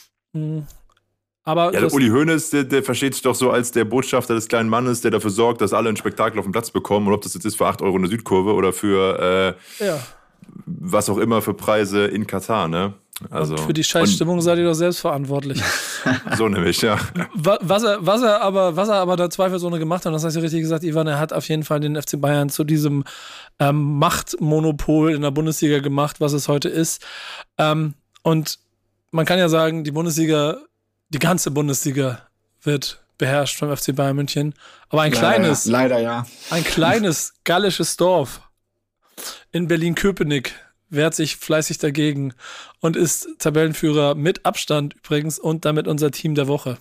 Aber ja, der Uli Hoeneß, der versteht sich doch so als der Botschafter des kleinen Mannes, der dafür sorgt, dass alle ein Spektakel auf dem Platz bekommen. Und ob das jetzt ist für 8 Euro in der Südkurve oder für was auch immer für Preise in Katar, ne? Also, und für die Scheißstimmung seid ihr doch selbst verantwortlich. So nämlich, ja. Was er aber da zweifelsohne gemacht hat, und das hast du richtig gesagt, Ivan, er hat auf jeden Fall den FC Bayern zu diesem Machtmonopol in der Bundesliga gemacht, was es heute ist. Und man kann ja sagen, die ganze Bundesliga wird beherrscht vom FC Bayern München. Aber ein kleines gallisches Dorf in Berlin-Köpenick wehrt sich fleißig dagegen und ist Tabellenführer mit Abstand übrigens und damit unser Team der Woche.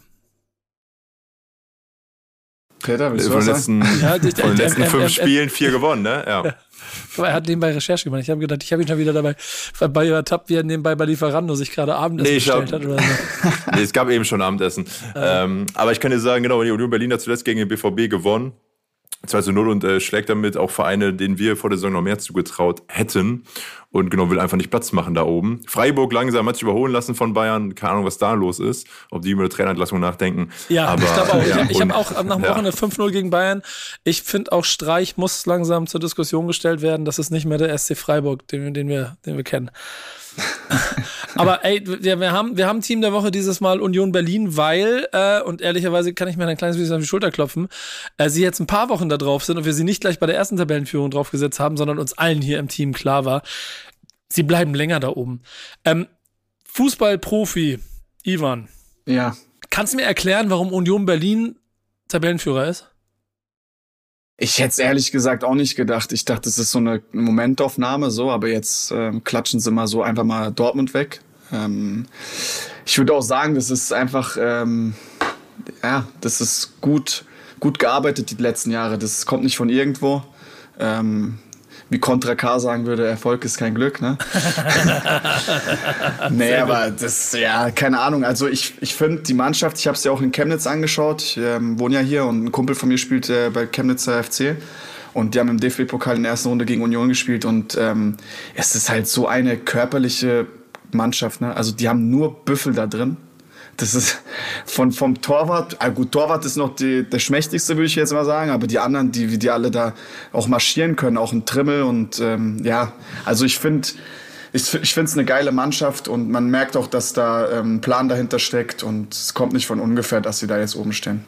Peter, willst du von was sagen? Von den letzten 5 Spielen 4 gewonnen, ne? Ja. Aber er hat nebenbei Recherche gemacht. Ich habe gedacht, ich habe ihn schon wieder dabei ertappt, wie er nebenbei bei Lieferando sich gerade Abendessen bestellt hat oder so. Nee, es gab eben schon Abendessen. Aber ich kann dir sagen, genau, die Union Berlin hat zuletzt gegen den BVB gewonnen. 2:0 und schlägt damit auch Vereine, denen wir vor der Saison noch mehr zugetraut hätten. Und genau, will einfach nicht Platz machen da oben. Freiburg langsam hat sich überholen lassen von Bayern. Keine Ahnung, was da los ist. Ob die über eine Trainerentlassung nachdenken. Ja, aber, ich glaube auch. Ja, ich habe auch nach dem ja. Wochenende 5:0 gegen Bayern. Ich finde auch, Streich muss langsam zur Diskussion gestellt werden. Das ist nicht mehr der SC Freiburg, den wir kennen. Aber ey, wir haben Team der Woche dieses Mal Union Berlin, weil, und ehrlicherweise kann ich mir ein kleines bisschen auf die Schulter klopfen, sie jetzt ein paar Wochen da drauf sind und wir sie nicht gleich bei der ersten Tabellenführung draufgesetzt haben, sondern uns allen hier im Team klar war, sie bleiben länger da oben. Fußballprofi, Ivan. Ja. Kannst du mir erklären, warum Union Berlin Tabellenführer ist? Ich hätte es ehrlich gesagt auch nicht gedacht. Ich dachte, es ist so eine Momentaufnahme, so, aber jetzt klatschen sie mal so einfach mal Dortmund weg. Ich würde auch sagen, das ist einfach, das ist gut gearbeitet die letzten Jahre. Das kommt nicht von irgendwo. Wie Contra K sagen würde, Erfolg ist kein Glück, ne? Nee, aber das, ja, keine Ahnung. Also ich finde die Mannschaft, ich habe es ja auch in Chemnitz angeschaut. Ich wohne ja hier und ein Kumpel von mir spielt bei Chemnitzer FC. Und die haben im DFB-Pokal in der ersten Runde gegen Union gespielt. Und es ist halt so eine körperliche Mannschaft, ne? Also die haben nur Büffel da drin. Das ist vom Torwart, gut, Torwart ist noch der schmächtigste, würde ich jetzt mal sagen, aber die anderen, die alle da auch marschieren können, auch ein Trimmel und also ich finde es eine geile Mannschaft und man merkt auch, dass da ein Plan dahinter steckt und es kommt nicht von ungefähr, dass sie da jetzt oben stehen.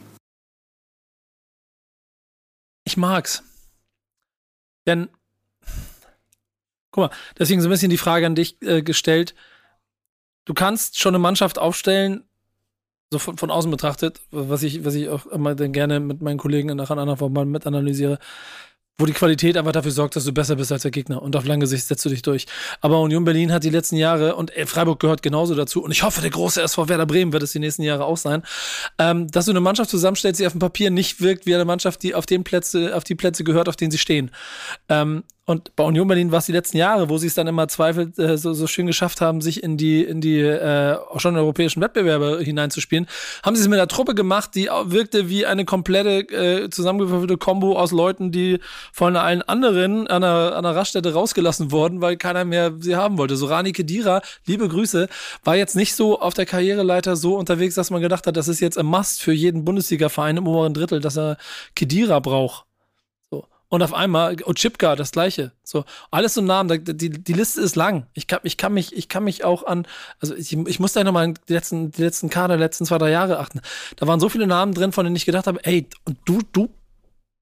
Ich mag's. Denn, guck mal, deswegen so ein bisschen die Frage an dich gestellt. Du kannst schon eine Mannschaft aufstellen, so von außen betrachtet, was ich auch immer dann gerne mit meinen Kollegen nach einer anderen Form mal mit analysiere, wo die Qualität einfach dafür sorgt, dass du besser bist als der Gegner und auf lange Sicht setzt du dich durch. Aber Union Berlin hat die letzten Jahre, und Freiburg gehört genauso dazu, und ich hoffe, der große SV Werder Bremen wird es die nächsten Jahre auch sein, dass du eine Mannschaft zusammenstellst, die auf dem Papier nicht wirkt wie eine Mannschaft, die auf die Plätze gehört, auf denen sie stehen. Und bei Union Berlin war es die letzten Jahre, wo sie es dann immer so schön geschafft haben, sich in die auch schon europäischen Wettbewerbe hineinzuspielen, haben sie es mit einer Truppe gemacht, die wirkte wie eine komplette zusammengewürfelte Kombo aus Leuten, die von allen anderen an einer Raststätte rausgelassen wurden, weil keiner mehr sie haben wollte. So Rani Khedira, liebe Grüße, war jetzt nicht so auf der Karriereleiter so unterwegs, dass man gedacht hat, das ist jetzt ein Must für jeden Bundesliga-Verein im oberen Drittel, dass er Khedira braucht. Und auf einmal, Otschipka, das Gleiche. So, alles so Namen, die Liste ist lang. Ich kann mich auch an, also ich muss da nochmal die letzten Kader, letzten 2-3 Jahre achten. Da waren so viele Namen drin, von denen ich gedacht habe, ey, und du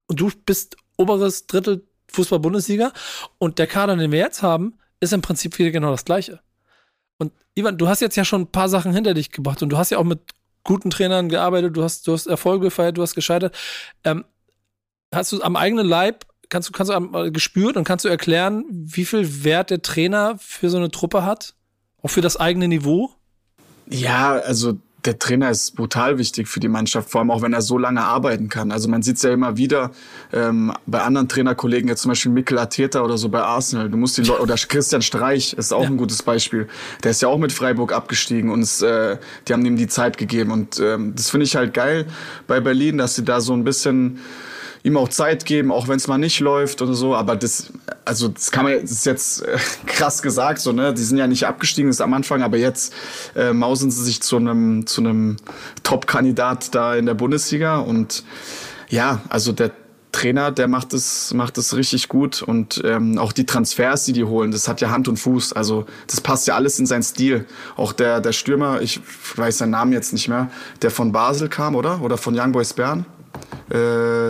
und du bist oberes Drittel Fußball-Bundesliga und der Kader, den wir jetzt haben, ist im Prinzip wieder genau das Gleiche. Und Ivan, du hast jetzt ja schon ein paar Sachen hinter dich gebracht und du hast ja auch mit guten Trainern gearbeitet, du hast Erfolge gefeiert, du hast gescheitert. Hast du am eigenen Leib, kannst du gespürt und kannst du erklären, wie viel Wert der Trainer für so eine Truppe hat? Auch für das eigene Niveau? Ja, also der Trainer ist brutal wichtig für die Mannschaft, vor allem auch, wenn er so lange arbeiten kann. Also man sieht es ja immer wieder bei anderen Trainerkollegen, jetzt zum Beispiel Mikel Arteta oder so bei Arsenal. Du musst oder Christian Streich ist auch ein gutes Beispiel. Der ist ja auch mit Freiburg abgestiegen und die haben ihm die Zeit gegeben. Und das finde ich halt geil bei Berlin, dass sie da so ein bisschen ihm auch Zeit geben, auch wenn es mal nicht läuft oder so. Aber das ist jetzt krass gesagt, so, ne? Die sind ja nicht abgestiegen, das ist am Anfang, aber jetzt mausen sie sich zu einem Top-Kandidat da in der Bundesliga. Und ja, also der Trainer, der macht es richtig gut. Und auch die Transfers, die holen, das hat ja Hand und Fuß. Also das passt ja alles in seinen Stil. Auch der Stürmer, ich weiß seinen Namen jetzt nicht mehr, der von Basel kam, oder? Oder von Young Boys Bern. Der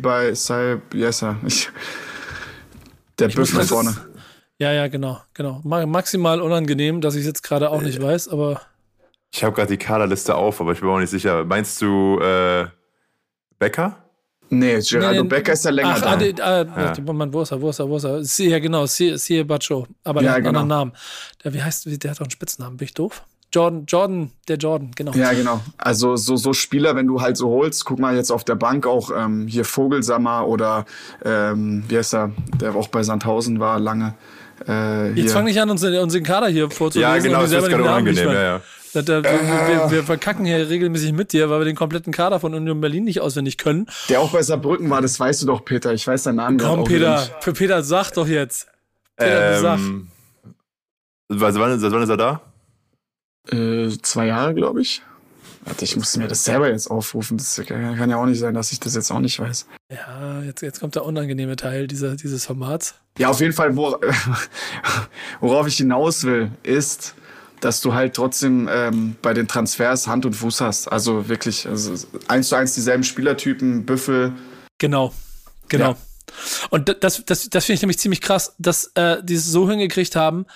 Büffel vorne. Ja, genau. Maximal unangenehm, dass ich es jetzt gerade auch nicht weiß, aber. Ich habe gerade die Kaderliste auf, aber ich bin mir auch nicht sicher. Meinst du Becker? Nee, Geraldo Becker ist ja länger da. Wo ist er? Ja, genau, Sie Bacho, aber der hat einen anderen Namen. Der hat auch einen Spitznamen, bin ich doof? Jordan, genau. Ja, genau. Also so Spieler, wenn du halt so holst, guck mal jetzt auf der Bank auch hier Vogelsammer oder wie heißt er, der auch bei Sandhausen war lange. Jetzt fang nicht an, uns den Kader hier vorzulesen. Ja, genau, das ist gerade unangenehm, ja. Wir verkacken hier regelmäßig mit dir, weil wir den kompletten Kader von Union Berlin nicht auswendig können. Der auch bei Saarbrücken war, das weißt du doch, Peter. Ich weiß deinen Namen Komm, Peter, für Peter, sag doch jetzt. Peter, sag. Seit wann ist er da? 2 Jahre, glaube ich. Warte, ich muss mir das selber jetzt aufrufen. Das kann ja auch nicht sein, dass ich das jetzt auch nicht weiß. Ja, jetzt kommt der unangenehme Teil dieses Formats. Ja, auf jeden Fall, worauf ich hinaus will, ist, dass du halt trotzdem bei den Transfers Hand und Fuß hast. Also wirklich, 1:1 dieselben Spielertypen, Büffel. Genau. Ja. Und das finde ich nämlich ziemlich krass, dass die es so hingekriegt haben.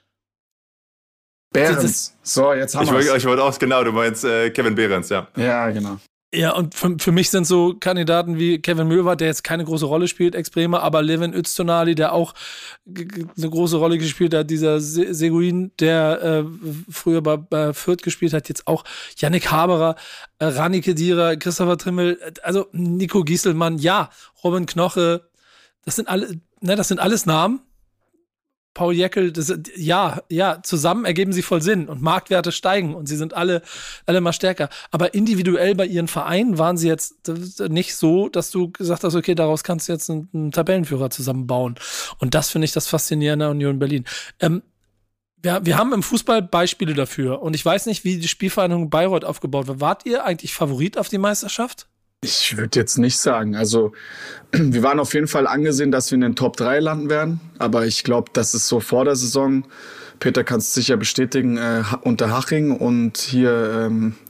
Behrens. So, jetzt haben wir es. Ich wollte auch, genau, du meinst Kevin Behrens, ja. Ja, genau. Ja, und für mich sind so Kandidaten wie Kevin Möwald, der jetzt keine große Rolle spielt, Extreme, aber Levin Öztunali, der auch eine große Rolle gespielt hat, dieser Seguin, der früher bei Fürth gespielt hat, jetzt auch Yannick Haberer, Rani Kedira, Christopher Trimmel, also Nico Gieselmann, ja, Robin Knoche, das sind alles Namen. Paul Jäckel, zusammen ergeben sie voll Sinn und Marktwerte steigen und sie sind alle mal stärker. Aber individuell bei ihren Vereinen waren sie jetzt nicht so, dass du gesagt hast, okay, daraus kannst du jetzt einen Tabellenführer zusammenbauen. Und das finde ich das Faszinierende an Union Berlin. Wir haben im Fußball Beispiele dafür und ich weiß nicht, wie die Spielvereinigung Bayreuth aufgebaut wird. Wart ihr eigentlich Favorit auf die Meisterschaft? Ich würde jetzt nicht sagen. Also wir waren auf jeden Fall angesehen, dass wir in den Top 3 landen werden. Aber ich glaube, das ist so vor der Saison. Peter kann es sicher bestätigen, unter Haching und hier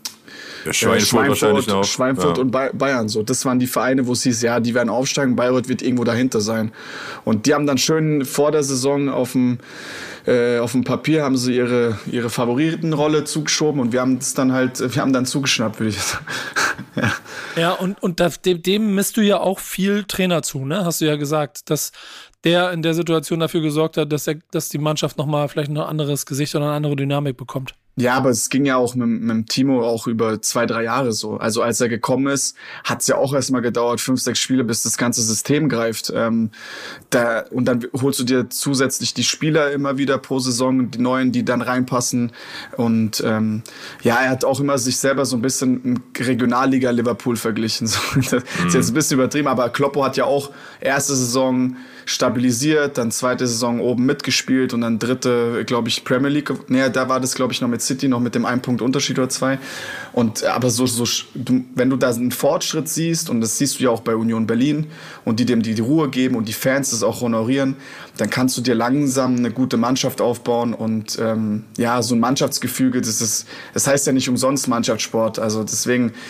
Schweinfurt und Bayern. So, das waren die Vereine, wo es hieß, ja, die werden aufsteigen, Bayreuth wird irgendwo dahinter sein. Und die haben dann schön vor der Saison auf dem Papier haben sie ihre Favoritenrolle zugeschoben und wir haben dann zugeschnappt, würde ich sagen. Ja, und dem misst du ja auch viel Trainer zu, ne? Hast du ja gesagt, dass der in der Situation dafür gesorgt hat, dass die Mannschaft nochmal vielleicht ein anderes Gesicht oder eine andere Dynamik bekommt. Ja, aber es ging ja auch mit Timo auch über 2-3 Jahre so. Also als er gekommen ist, hat es ja auch erstmal gedauert, 5-6 Spiele, bis das ganze System greift. Und dann holst du dir zusätzlich die Spieler immer wieder pro Saison, die neuen, die dann reinpassen. Und er hat auch immer sich selber so ein bisschen mit Regionalliga Liverpool verglichen. So, das ist jetzt ein bisschen übertrieben, aber Kloppo hat ja auch erste Saison stabilisiert, dann zweite Saison oben mitgespielt und dann dritte, glaube ich, Premier League. Nee, da war das, glaube ich, noch mit City, noch mit dem 1 Punkt Unterschied oder 2. Aber wenn du da einen Fortschritt siehst, und das siehst du ja auch bei Union Berlin, und die dem die Ruhe geben und die Fans das auch honorieren, dann kannst du dir langsam eine gute Mannschaft aufbauen und so ein Mannschaftsgefüge, das heißt ja nicht umsonst Mannschaftssport, also deswegen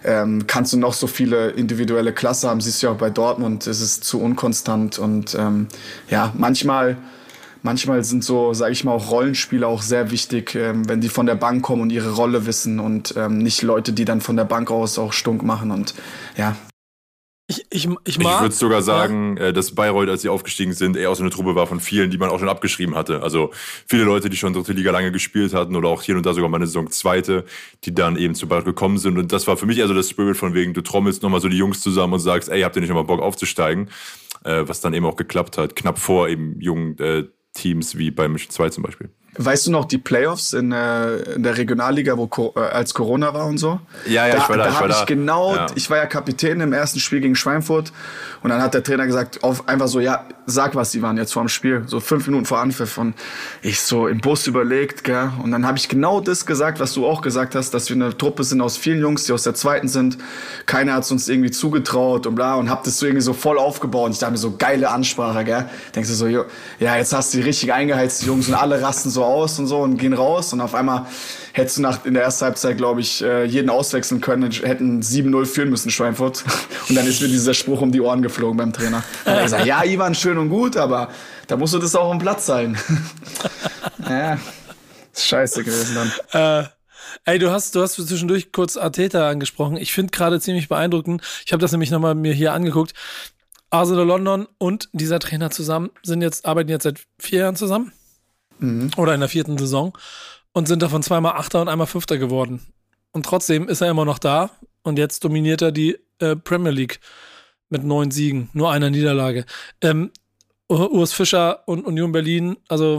kannst du noch so viele individuelle Klasse haben, siehst du ja auch bei Dortmund, ist es zu unkonstant und manchmal sind so, sage ich mal, auch Rollenspieler auch sehr wichtig, wenn die von der Bank kommen und ihre Rolle wissen und nicht Leute, die dann von der Bank aus auch stunk machen und ja. Ich würde sogar sagen, dass Bayreuth, als sie aufgestiegen sind, eher auch so eine Truppe war von vielen, die man auch schon abgeschrieben hatte. Also viele Leute, die schon dritte Liga lange gespielt hatten oder auch hier und da sogar mal eine Saison zweite, die dann eben zu Bayreuth gekommen sind. Und das war für mich eher so das Spirit von wegen, du trommelst nochmal so die Jungs zusammen und sagst, ey, habt ihr nicht nochmal Bock aufzusteigen? Was dann eben auch geklappt hat, knapp vor eben jungen Teams wie bei München 2 zum Beispiel. Weißt du noch die Playoffs in der Regionalliga, als Corona war und so? Ja, ich war da. Ich war ja Kapitän im ersten Spiel gegen Schweinfurt und dann hat der Trainer gesagt, einfach so, ja, sag was, Ivan, jetzt vor dem Spiel, so 5 Minuten vor Anpfiff und ich so im Bus überlegt, gell, und dann habe ich genau das gesagt, was du auch gesagt hast, dass wir eine Truppe sind aus vielen Jungs, die aus der zweiten sind, keiner hat es uns irgendwie zugetraut und bla und hab das so irgendwie so voll aufgebaut und ich dachte mir so, geile Ansprache, gell, denkst du so, ja, jetzt hast du die richtig eingeheizt, die Jungs und alle rasten so aus und so und gehen raus und auf einmal hättest du in der ersten Halbzeit, glaube ich, jeden auswechseln können, hätten 7-0 führen müssen, Schweinfurt. Und dann ist mir dieser Spruch um die Ohren geflogen beim Trainer. Dann hat er gesagt, ja, Ivan, schön und gut, aber da musst du das auch am Platz sein. Ja, ist scheiße gewesen dann. Ey, du hast zwischendurch kurz Arteta angesprochen. Ich finde gerade ziemlich beeindruckend, ich habe das nämlich nochmal mir hier angeguckt, Arsenal London und dieser Trainer zusammen arbeiten jetzt seit 4 Jahren zusammen. Oder in der 4. Saison und sind davon zweimal Achter und einmal Fünfter geworden. Und trotzdem ist er immer noch da und jetzt dominiert er die Premier League mit 9 Siegen, nur einer Niederlage. Urs Fischer und Union Berlin, also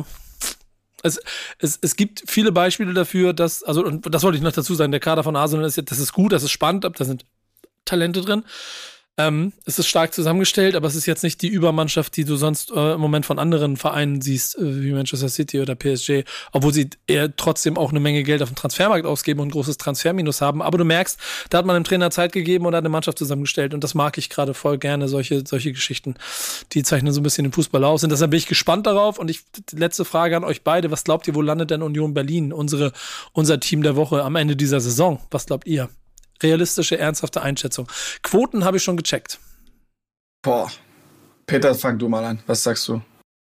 es gibt viele Beispiele dafür, und das wollte ich noch dazu sagen, der Kader von Arsenal das ist gut, das ist spannend, da sind Talente drin. Es ist stark zusammengestellt, aber es ist jetzt nicht die Übermannschaft, die du sonst im Moment von anderen Vereinen siehst, wie Manchester City oder PSG, obwohl sie eher trotzdem auch eine Menge Geld auf dem Transfermarkt ausgeben und ein großes Transferminus haben. Aber du merkst, da hat man dem Trainer Zeit gegeben und hat eine Mannschaft zusammengestellt und das mag ich gerade voll gerne, solche Geschichten. Die zeichnen so ein bisschen den Fußball aus und deshalb bin ich gespannt darauf und die letzte Frage an euch beide, was glaubt ihr, wo landet denn Union Berlin, unser Team der Woche am Ende dieser Saison? Was glaubt ihr? Realistische, ernsthafte Einschätzung. Quoten habe ich schon gecheckt. Boah. Peter, fang du mal an. Was sagst du?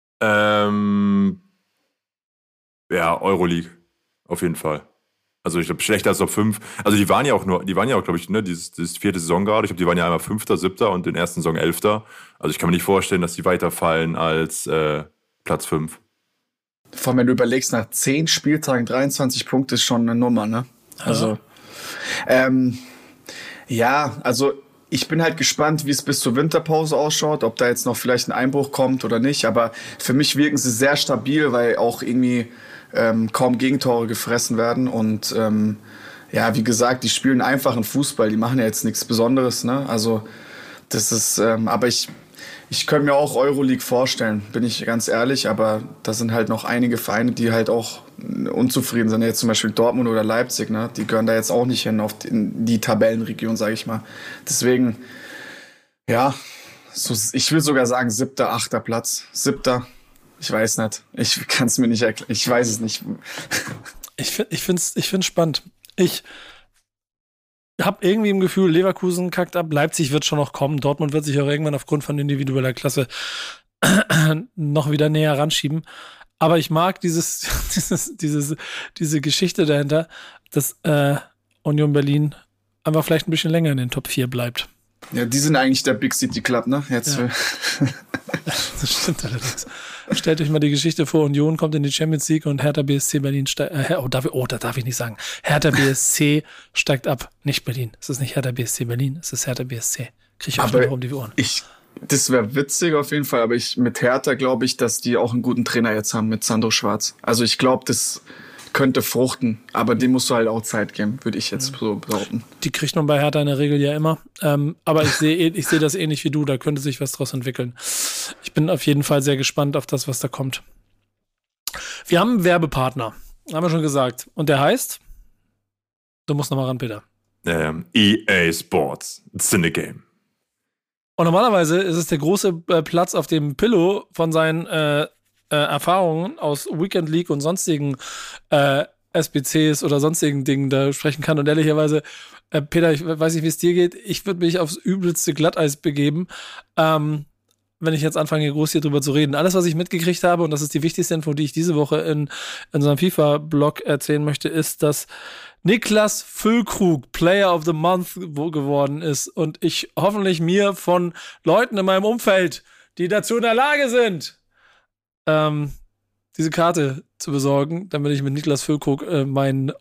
Euroleague. Auf jeden Fall. Also ich glaube, schlechter als Top 5. Also die waren ja auch, glaube ich, ne, dieses 4. Saison gerade. Ich glaube, die waren ja einmal 5., 7. und den ersten Saison 11. Also ich kann mir nicht vorstellen, dass die weiterfallen als Platz 5. Vor allem, wenn du überlegst, nach 10 Spieltagen 23 Punkte ist schon eine Nummer, ne? Also also ich bin halt gespannt, wie es bis zur Winterpause ausschaut, ob da jetzt noch vielleicht ein Einbruch kommt oder nicht, aber für mich wirken sie sehr stabil, weil auch irgendwie kaum Gegentore gefressen werden und wie gesagt, die spielen einfachen Fußball, die machen ja jetzt nichts Besonderes, ne? Also das ist, aber ich könnte mir auch Euroleague vorstellen, bin ich ganz ehrlich, aber da sind halt noch einige Vereine, die halt auch unzufrieden sind. Jetzt zum Beispiel Dortmund oder Leipzig, ne? Die gehören da jetzt auch nicht hin in die Tabellenregion, sage ich mal. Deswegen, ich will sogar sagen 7., 8. Platz. 7. Ich weiß nicht. Ich kann es mir nicht erklären. Ich weiß es nicht. Ich find's spannend. Ich habe irgendwie im Gefühl, Leverkusen kackt ab, Leipzig wird schon noch kommen, Dortmund wird sich auch irgendwann aufgrund von individueller Klasse noch wieder näher ranschieben. Aber ich mag diese Geschichte dahinter, dass Union Berlin einfach vielleicht ein bisschen länger in den Top 4 bleibt. Ja, die sind eigentlich der Big City Club, ne? Jetzt. Ja. Das stimmt allerdings. Stellt euch mal die Geschichte vor, Union kommt in die Champions League und Hertha BSC Berlin da darf ich nicht sagen. Hertha BSC steigt ab, nicht Berlin. Es ist nicht Hertha BSC Berlin, es ist Hertha BSC. Krieg ich auch noch um die Ohren. Das wäre witzig auf jeden Fall, aber mit Hertha glaube ich, dass die auch einen guten Trainer jetzt haben mit Sandro Schwarz. Also ich glaube, das könnte fruchten, aber dem musst du halt auch Zeit geben, würde ich jetzt so behaupten. Die kriegt man bei Hertha in der Regel ja immer, aber ich sehe das ähnlich wie du, da könnte sich was draus entwickeln. Ich bin auf jeden Fall sehr gespannt auf das, was da kommt. Wir haben einen Werbepartner, haben wir schon gesagt, und der heißt, du musst nochmal ran, Peter. EA Sports, it's in the game. Und normalerweise ist es der große Platz, auf dem Pillow von seinen Erfahrungen aus Weekend League und sonstigen SBCs oder sonstigen Dingen da sprechen kann. Und ehrlicherweise, Peter, ich weiß nicht, wie es dir geht, ich würde mich aufs übelste Glatteis begeben, wenn ich jetzt anfange, groß hier drüber zu reden. Alles, was ich mitgekriegt habe, und das ist die wichtigste Info, die ich diese Woche in unserem FIFA-Blog erzählen möchte, ist, dass Niklas Füllkrug Player of the Month geworden ist und ich hoffentlich mir von Leuten in meinem Umfeld, die dazu in der Lage sind, diese Karte zu besorgen, damit ich mit Niklas Füllkrug mein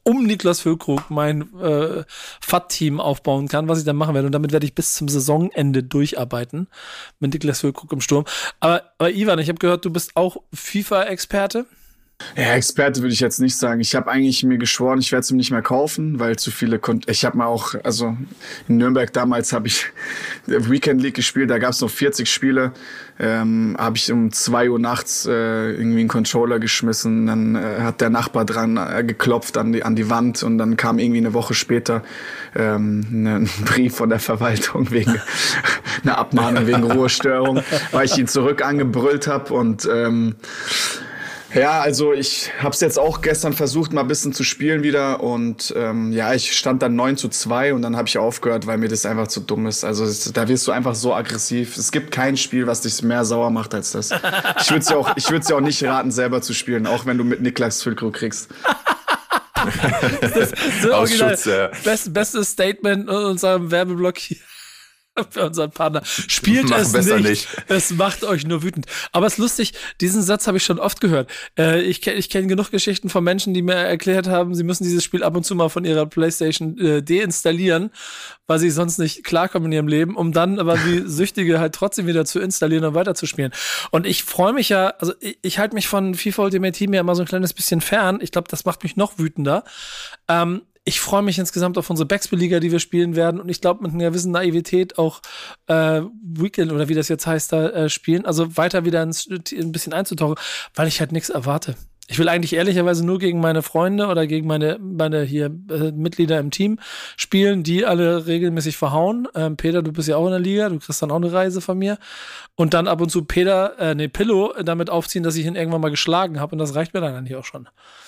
FAT-Team aufbauen kann, was ich dann machen werde. Und damit werde ich bis zum Saisonende durcharbeiten mit Niklas Füllkrug im Sturm. Aber Ivan, ich habe gehört, du bist auch FIFA-Experte. Ja, Experte würde ich jetzt nicht sagen. Ich habe eigentlich mir geschworen, ich werde es ihm nicht mehr kaufen, weil zu viele ich habe mal auch, also in Nürnberg damals habe ich Weekend League gespielt, da gab es noch 40 Spiele, habe ich um 2 Uhr nachts irgendwie einen Controller geschmissen, dann hat der Nachbar dran geklopft an die Wand und dann kam irgendwie eine Woche später ein Brief von der Verwaltung wegen einer Abmahnung wegen Ruhestörung, weil ich ihn zurück angebrüllt habe und ja, also ich habe es jetzt auch gestern versucht, mal ein bisschen zu spielen wieder und ich stand dann 9-2 und dann habe ich aufgehört, weil mir das einfach zu dumm ist. Also da wirst du einfach so aggressiv. Es gibt kein Spiel, was dich mehr sauer macht als das. Ich würde dir auch nicht raten, selber zu spielen, auch wenn du mit Niklas Füllkrug kriegst. Das ist so Aus original. Schutz, ja. Bestes Statement in unserem Werbeblock hier. Für unseren Partner. Spielt es nicht. Es macht euch nur wütend. Aber es ist lustig, diesen Satz habe ich schon oft gehört. Ich kenn genug Geschichten von Menschen, die mir erklärt haben, sie müssen dieses Spiel ab und zu mal von ihrer PlayStation deinstallieren, weil sie sonst nicht klarkommen in ihrem Leben, um dann aber wie Süchtige halt trotzdem wieder zu installieren und weiterzuspielen. Und ich freue mich ja, also ich halte mich von FIFA Ultimate Team ja immer so ein kleines bisschen fern. Ich glaube, das macht mich noch wütender. Ich freue mich insgesamt auf unsere Backspin-Liga, die wir spielen werden. Und ich glaube, mit einer gewissen Naivität auch Weekend oder wie das jetzt heißt, da spielen. Also weiter wieder ein bisschen einzutauchen, weil ich halt nichts erwarte. Ich will eigentlich ehrlicherweise nur gegen meine Freunde oder gegen meine hier Mitglieder im Team spielen, die alle regelmäßig verhauen. Peter, du bist ja auch in der Liga, du kriegst dann auch eine Reise von mir. Und dann ab und zu Pillow damit aufziehen, dass ich ihn irgendwann mal geschlagen habe. Und das reicht mir dann eigentlich auch schon.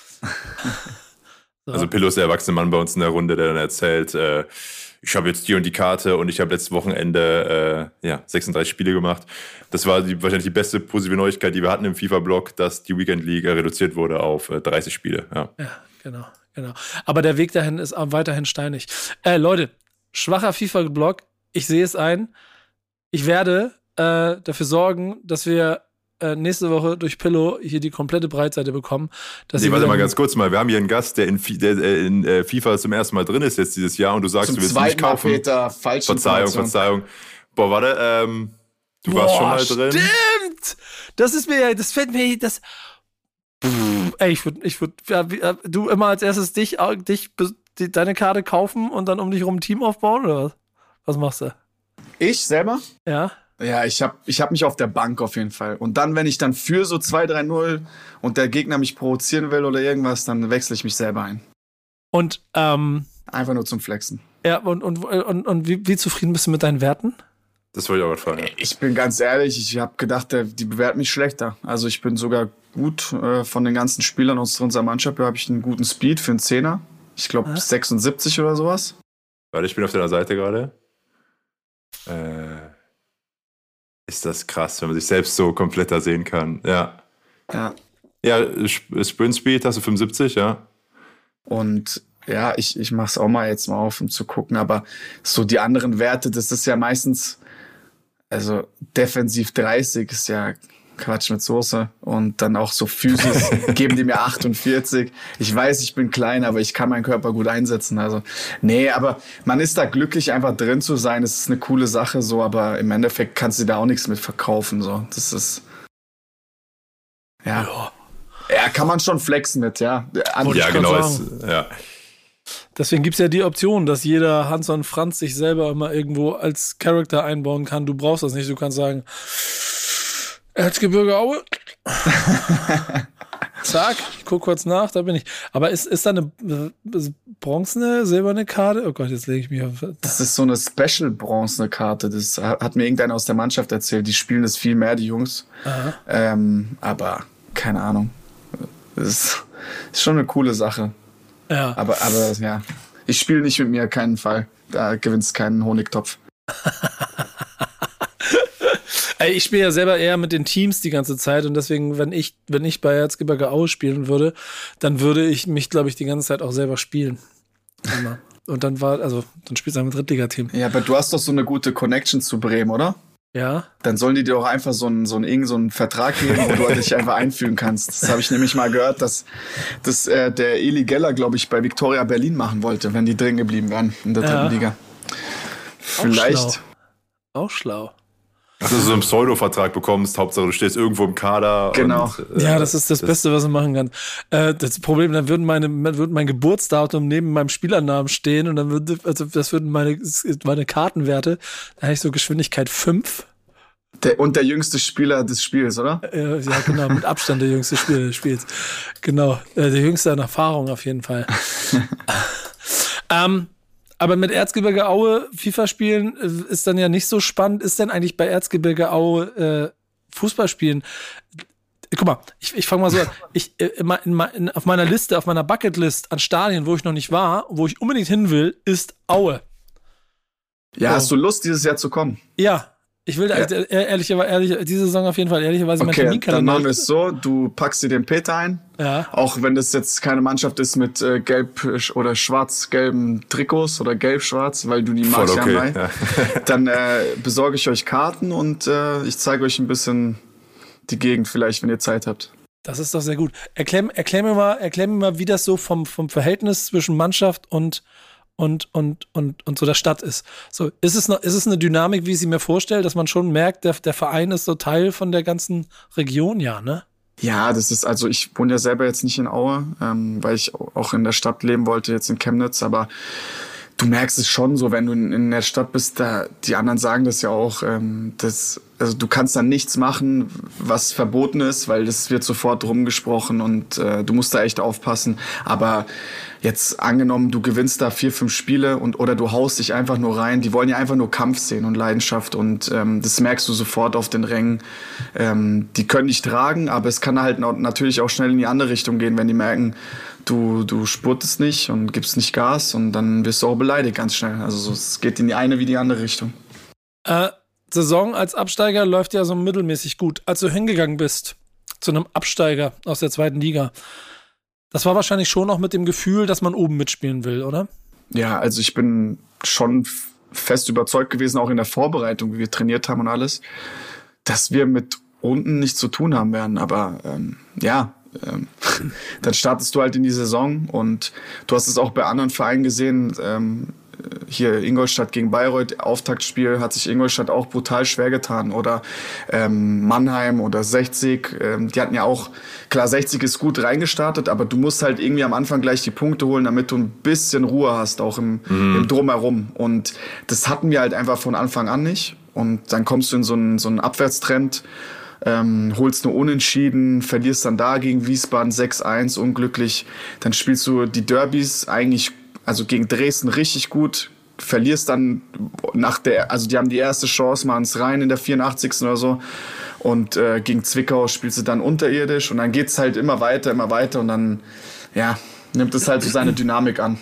So. Also Pillow ist der erwachsene Mann bei uns in der Runde, der dann erzählt, ich habe jetzt die und die Karte und ich habe letztes Wochenende 36 Spiele gemacht. Das war wahrscheinlich die beste positive Neuigkeit, die wir hatten im FIFA-Blog, dass die Weekend League reduziert wurde auf 30 Spiele. Ja, genau. Aber der Weg dahin ist weiterhin steinig. Leute, schwacher FIFA-Blog, ich sehe es ein. Ich werde dafür sorgen, dass wir nächste Woche durch Pillow hier die komplette Breitseite bekommen. Warte mal ganz kurz mal. Wir haben hier einen Gast, der in FIFA zum ersten Mal drin ist jetzt dieses Jahr und du sagst, du willst ihn nicht kaufen. Peter, falsche Verzeihung. Boah, warte, du warst schon mal drin. Stimmt! Das fällt mir, ich würde, du immer als erstes deine Karte kaufen und dann um dich rum ein Team aufbauen, oder was? Was machst du? Ich selber? Ja. Ja, ich hab mich auf der Bank auf jeden Fall. Und dann, wenn ich dann für so 2-3-0 und der Gegner mich provozieren will oder irgendwas, dann wechsle ich mich selber ein. Und einfach nur zum Flexen. Ja, und wie zufrieden bist du mit deinen Werten? Das wollte ich auch gerade fragen. Ich bin ganz ehrlich, ich habe gedacht, die bewerten mich schlechter. Also ich bin sogar gut von den ganzen Spielern aus unserer Mannschaft. Da habe ich einen guten Speed für einen 10er. Ich glaube 76 oder sowas. Warte, ich bin auf deiner Seite gerade. Ist das krass, wenn man sich selbst so kompletter sehen kann. Ja, Sprint Speed hast du 75, ja. Und ja, ich mach's auch mal jetzt mal auf, um zu gucken. Aber so die anderen Werte, das ist ja meistens, also defensiv 30 ist ja Quatsch mit Soße. Und dann auch so Physis geben die mir 48. Ich weiß, ich bin klein, aber ich kann meinen Körper gut einsetzen. Also, nee, aber man ist da glücklich, einfach drin zu sein. Es ist eine coole Sache, so, aber im Endeffekt kannst du da auch nichts mit verkaufen. So. Das ist. Ja, kann man schon flexen mit, ja. Ja, genau. Deswegen gibt es ja die Option, dass jeder Hans und Franz sich selber immer irgendwo als Charakter einbauen kann. Du brauchst das nicht. Du kannst sagen, Erzgebirge Aue. Zack, ich guck kurz nach, da bin ich. Aber ist da eine bronzene, silberne Karte? Oh Gott, jetzt lege ich mich auf. Das ist so eine Special-bronzene Karte. Das hat mir irgendeiner aus der Mannschaft erzählt. Die spielen das viel mehr, die Jungs. Aber keine Ahnung. Das ist schon eine coole Sache. Ja. Aber ja, ich spiele nicht mit mir, keinen Fall. Da gewinnst keinen Honigtopf. Ey, ich spiele ja selber eher mit den Teams die ganze Zeit und deswegen, wenn ich bei Erzgebirge Aue spielen würde, dann würde ich mich, glaube ich, die ganze Zeit auch selber spielen. Immer. Und dann spielst du halt mit Drittligateam. Ja, aber du hast doch so eine gute Connection zu Bremen, oder? Ja. Dann sollen die dir auch einfach so einen Vertrag geben, wo du dich einfach einfügen kannst. Das habe ich nämlich mal gehört, dass der Eli Geller, glaube ich, bei Viktoria Berlin machen wollte, wenn die drin geblieben wären in der dritten Liga. Vielleicht. Auch schlau. Dass du so einen Pseudo-Vertrag bekommst, Hauptsache du stehst irgendwo im Kader. Genau. Und, Ja, das ist das Beste, was du machen kannst. Das Problem, dann würde mein Geburtsdatum neben meinem Spielernamen stehen und dann würden meine Kartenwerte, da habe ich so Geschwindigkeit 5. Der jüngste Spieler des Spiels, oder? Ja, genau, mit Abstand der jüngste Spieler des Spiels. Genau, der jüngste an Erfahrung auf jeden Fall. Aber mit Erzgebirge Aue FIFA spielen ist dann ja nicht so spannend. Ist denn eigentlich bei Erzgebirge Aue Fußball spielen? Guck mal, ich fange mal so an. Auf meiner Liste, auf meiner Bucketlist an Stadien, wo ich noch nicht war, wo ich unbedingt hin will, ist Aue. Ja, hast du Lust, dieses Jahr zu kommen? Ja. Ich will ehrlich, diese Saison auf jeden Fall ehrlicherweise mein Terminkalender. Dann machen wir es so, du packst dir den Peter ein, auch wenn das jetzt keine Mannschaft ist mit gelb- oder schwarz-gelben Trikots oder gelb-schwarz, weil du die magst, okay, ja. Dann besorge ich euch Karten und ich zeige euch ein bisschen die Gegend vielleicht, wenn ihr Zeit habt. Das ist doch sehr gut. Erklär mir mal, wie das so vom Verhältnis zwischen Mannschaft und so der Stadt ist. So, ist es eine Dynamik, wie ich sie mir vorstelle, dass man schon merkt, der Verein ist so Teil von der ganzen Region, ja, ne? Ja, das ist, also ich wohne ja selber jetzt nicht in Aue, weil ich auch in der Stadt leben wollte, jetzt in Chemnitz, aber du merkst es schon so, wenn du in der Stadt bist, die anderen sagen das ja auch, also du kannst dann nichts machen, was verboten ist, weil das wird sofort rumgesprochen und du musst da echt aufpassen. Aber jetzt angenommen, du gewinnst da 4-5 Spiele oder du haust dich einfach nur rein, die wollen ja einfach nur Kampf sehen und Leidenschaft und das merkst du sofort auf den Rängen. Die können dich tragen, aber es kann halt natürlich auch schnell in die andere Richtung gehen, wenn die merken, du spurtest nicht und gibst nicht Gas und dann wirst du auch beleidigt ganz schnell. Also es geht in die eine wie die andere Richtung. Saison als Absteiger läuft ja so mittelmäßig gut. Als du hingegangen bist zu einem Absteiger aus der 2. Liga, das war wahrscheinlich schon auch mit dem Gefühl, dass man oben mitspielen will, oder? Ja, also ich bin schon fest überzeugt gewesen, auch in der Vorbereitung, wie wir trainiert haben und alles, dass wir mit unten nichts zu tun haben werden. Aber dann startest du halt in die Saison und du hast es auch bei anderen Vereinen gesehen, hier Ingolstadt gegen Bayreuth, Auftaktspiel, hat sich Ingolstadt auch brutal schwer getan. Oder Mannheim oder 60, die hatten ja auch, klar, 60 ist gut reingestartet, aber du musst halt irgendwie am Anfang gleich die Punkte holen, damit du ein bisschen Ruhe hast, auch im Drumherum. Und das hatten wir halt einfach von Anfang an nicht. Und dann kommst du in so einen Abwärtstrend, holst nur Unentschieden, verlierst dann da gegen Wiesbaden 6-1, unglücklich. Dann spielst du die Derbys eigentlich, also gegen Dresden richtig gut, verlierst dann also die haben die erste Chance, machen es rein in der 84. oder so und gegen Zwickau spielst du dann unterirdisch und dann geht's halt immer weiter und dann, ja, nimmt es halt so seine Dynamik an.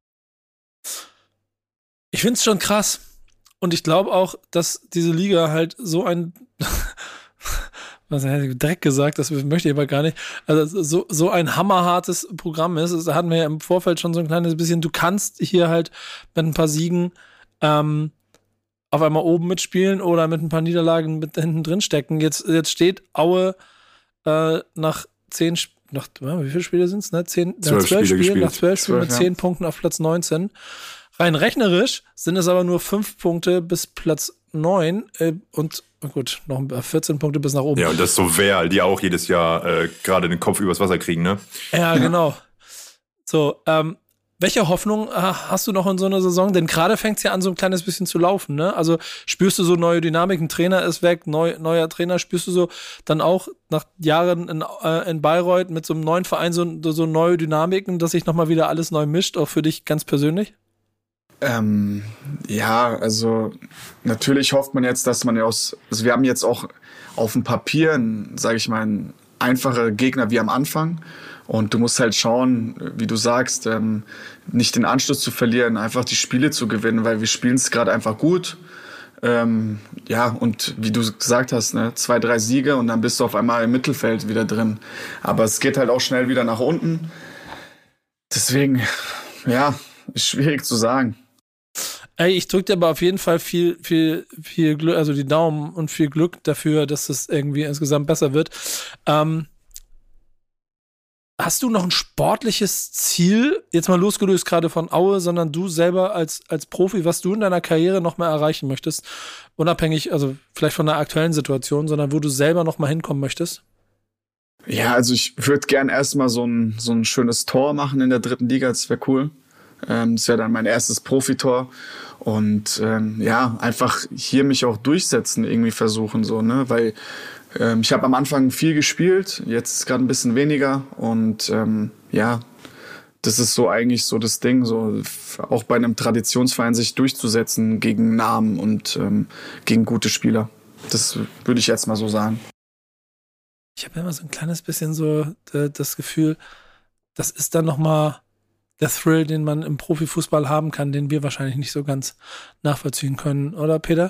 Ich find's schon krass und ich glaube auch, dass diese Liga halt so ein was hätte ich direkt gesagt, das möchte ich aber gar nicht. Also so ein hammerhartes Programm ist. Da hatten wir ja im Vorfeld schon so ein kleines bisschen, du kannst hier halt mit ein paar Siegen auf einmal oben mitspielen oder mit ein paar Niederlagen mit hinten drin stecken. Jetzt steht Aue nach 10 wie viele Spiele sind es? Ne? 12 Spiele nach 12 Spielen mit 10 Punkten auf Platz 19. Rein rechnerisch sind es aber nur 5 Punkte bis Platz 9 und gut, noch 14 Punkte bis nach oben. Ja, und das ist so Werl, die auch jedes Jahr gerade den Kopf übers Wasser kriegen, ne? Ja, genau. So, welche Hoffnung hast du noch in so einer Saison? Denn gerade fängt es ja an, so ein kleines bisschen zu laufen, ne? Also spürst du so neue Dynamik, ein Trainer ist weg, neuer Trainer, spürst du so dann auch nach Jahren in Bayreuth mit so einem neuen Verein so neue Dynamiken, dass sich nochmal wieder alles neu mischt, auch für dich ganz persönlich? Ja, also natürlich hofft man jetzt, dass man also wir haben jetzt auch auf dem Papier, sage ich mal, einfache Gegner wie am Anfang Und du musst halt schauen, wie du sagst, nicht den Anschluss zu verlieren, einfach die Spiele zu gewinnen, weil wir spielen es gerade einfach gut. Ja, und wie du gesagt hast, ne, 2, 3 Siege und dann bist du auf einmal im Mittelfeld wieder drin. Aber es geht halt auch schnell wieder nach unten. Deswegen, ja, ist schwierig zu sagen. Ey, ich drücke dir aber auf jeden Fall viel Glück, also die Daumen und viel Glück dafür, dass es irgendwie insgesamt besser wird. Hast du noch ein sportliches Ziel, jetzt mal losgelöst gerade von Aue, sondern du selber als Profi, was du in deiner Karriere noch mal erreichen möchtest, unabhängig, also vielleicht von der aktuellen Situation, sondern wo du selber noch mal hinkommen möchtest? Ja, also ich würde gern erstmal so ein schönes Tor machen in der 3. Liga, das wäre cool. Das wäre dann mein erstes Profitor und ja, einfach hier mich auch durchsetzen, irgendwie versuchen, so, ne, weil ich habe am Anfang viel gespielt, jetzt ist gerade ein bisschen weniger und ja, das ist so eigentlich so das Ding, so auch bei einem Traditionsverein sich durchzusetzen gegen Namen und gegen gute Spieler. Das würde ich jetzt mal so sagen. Ich habe immer so ein kleines bisschen so das Gefühl, das ist dann nochmal der Thrill, den man im Profifußball haben kann, den wir wahrscheinlich nicht so ganz nachvollziehen können, oder Peter?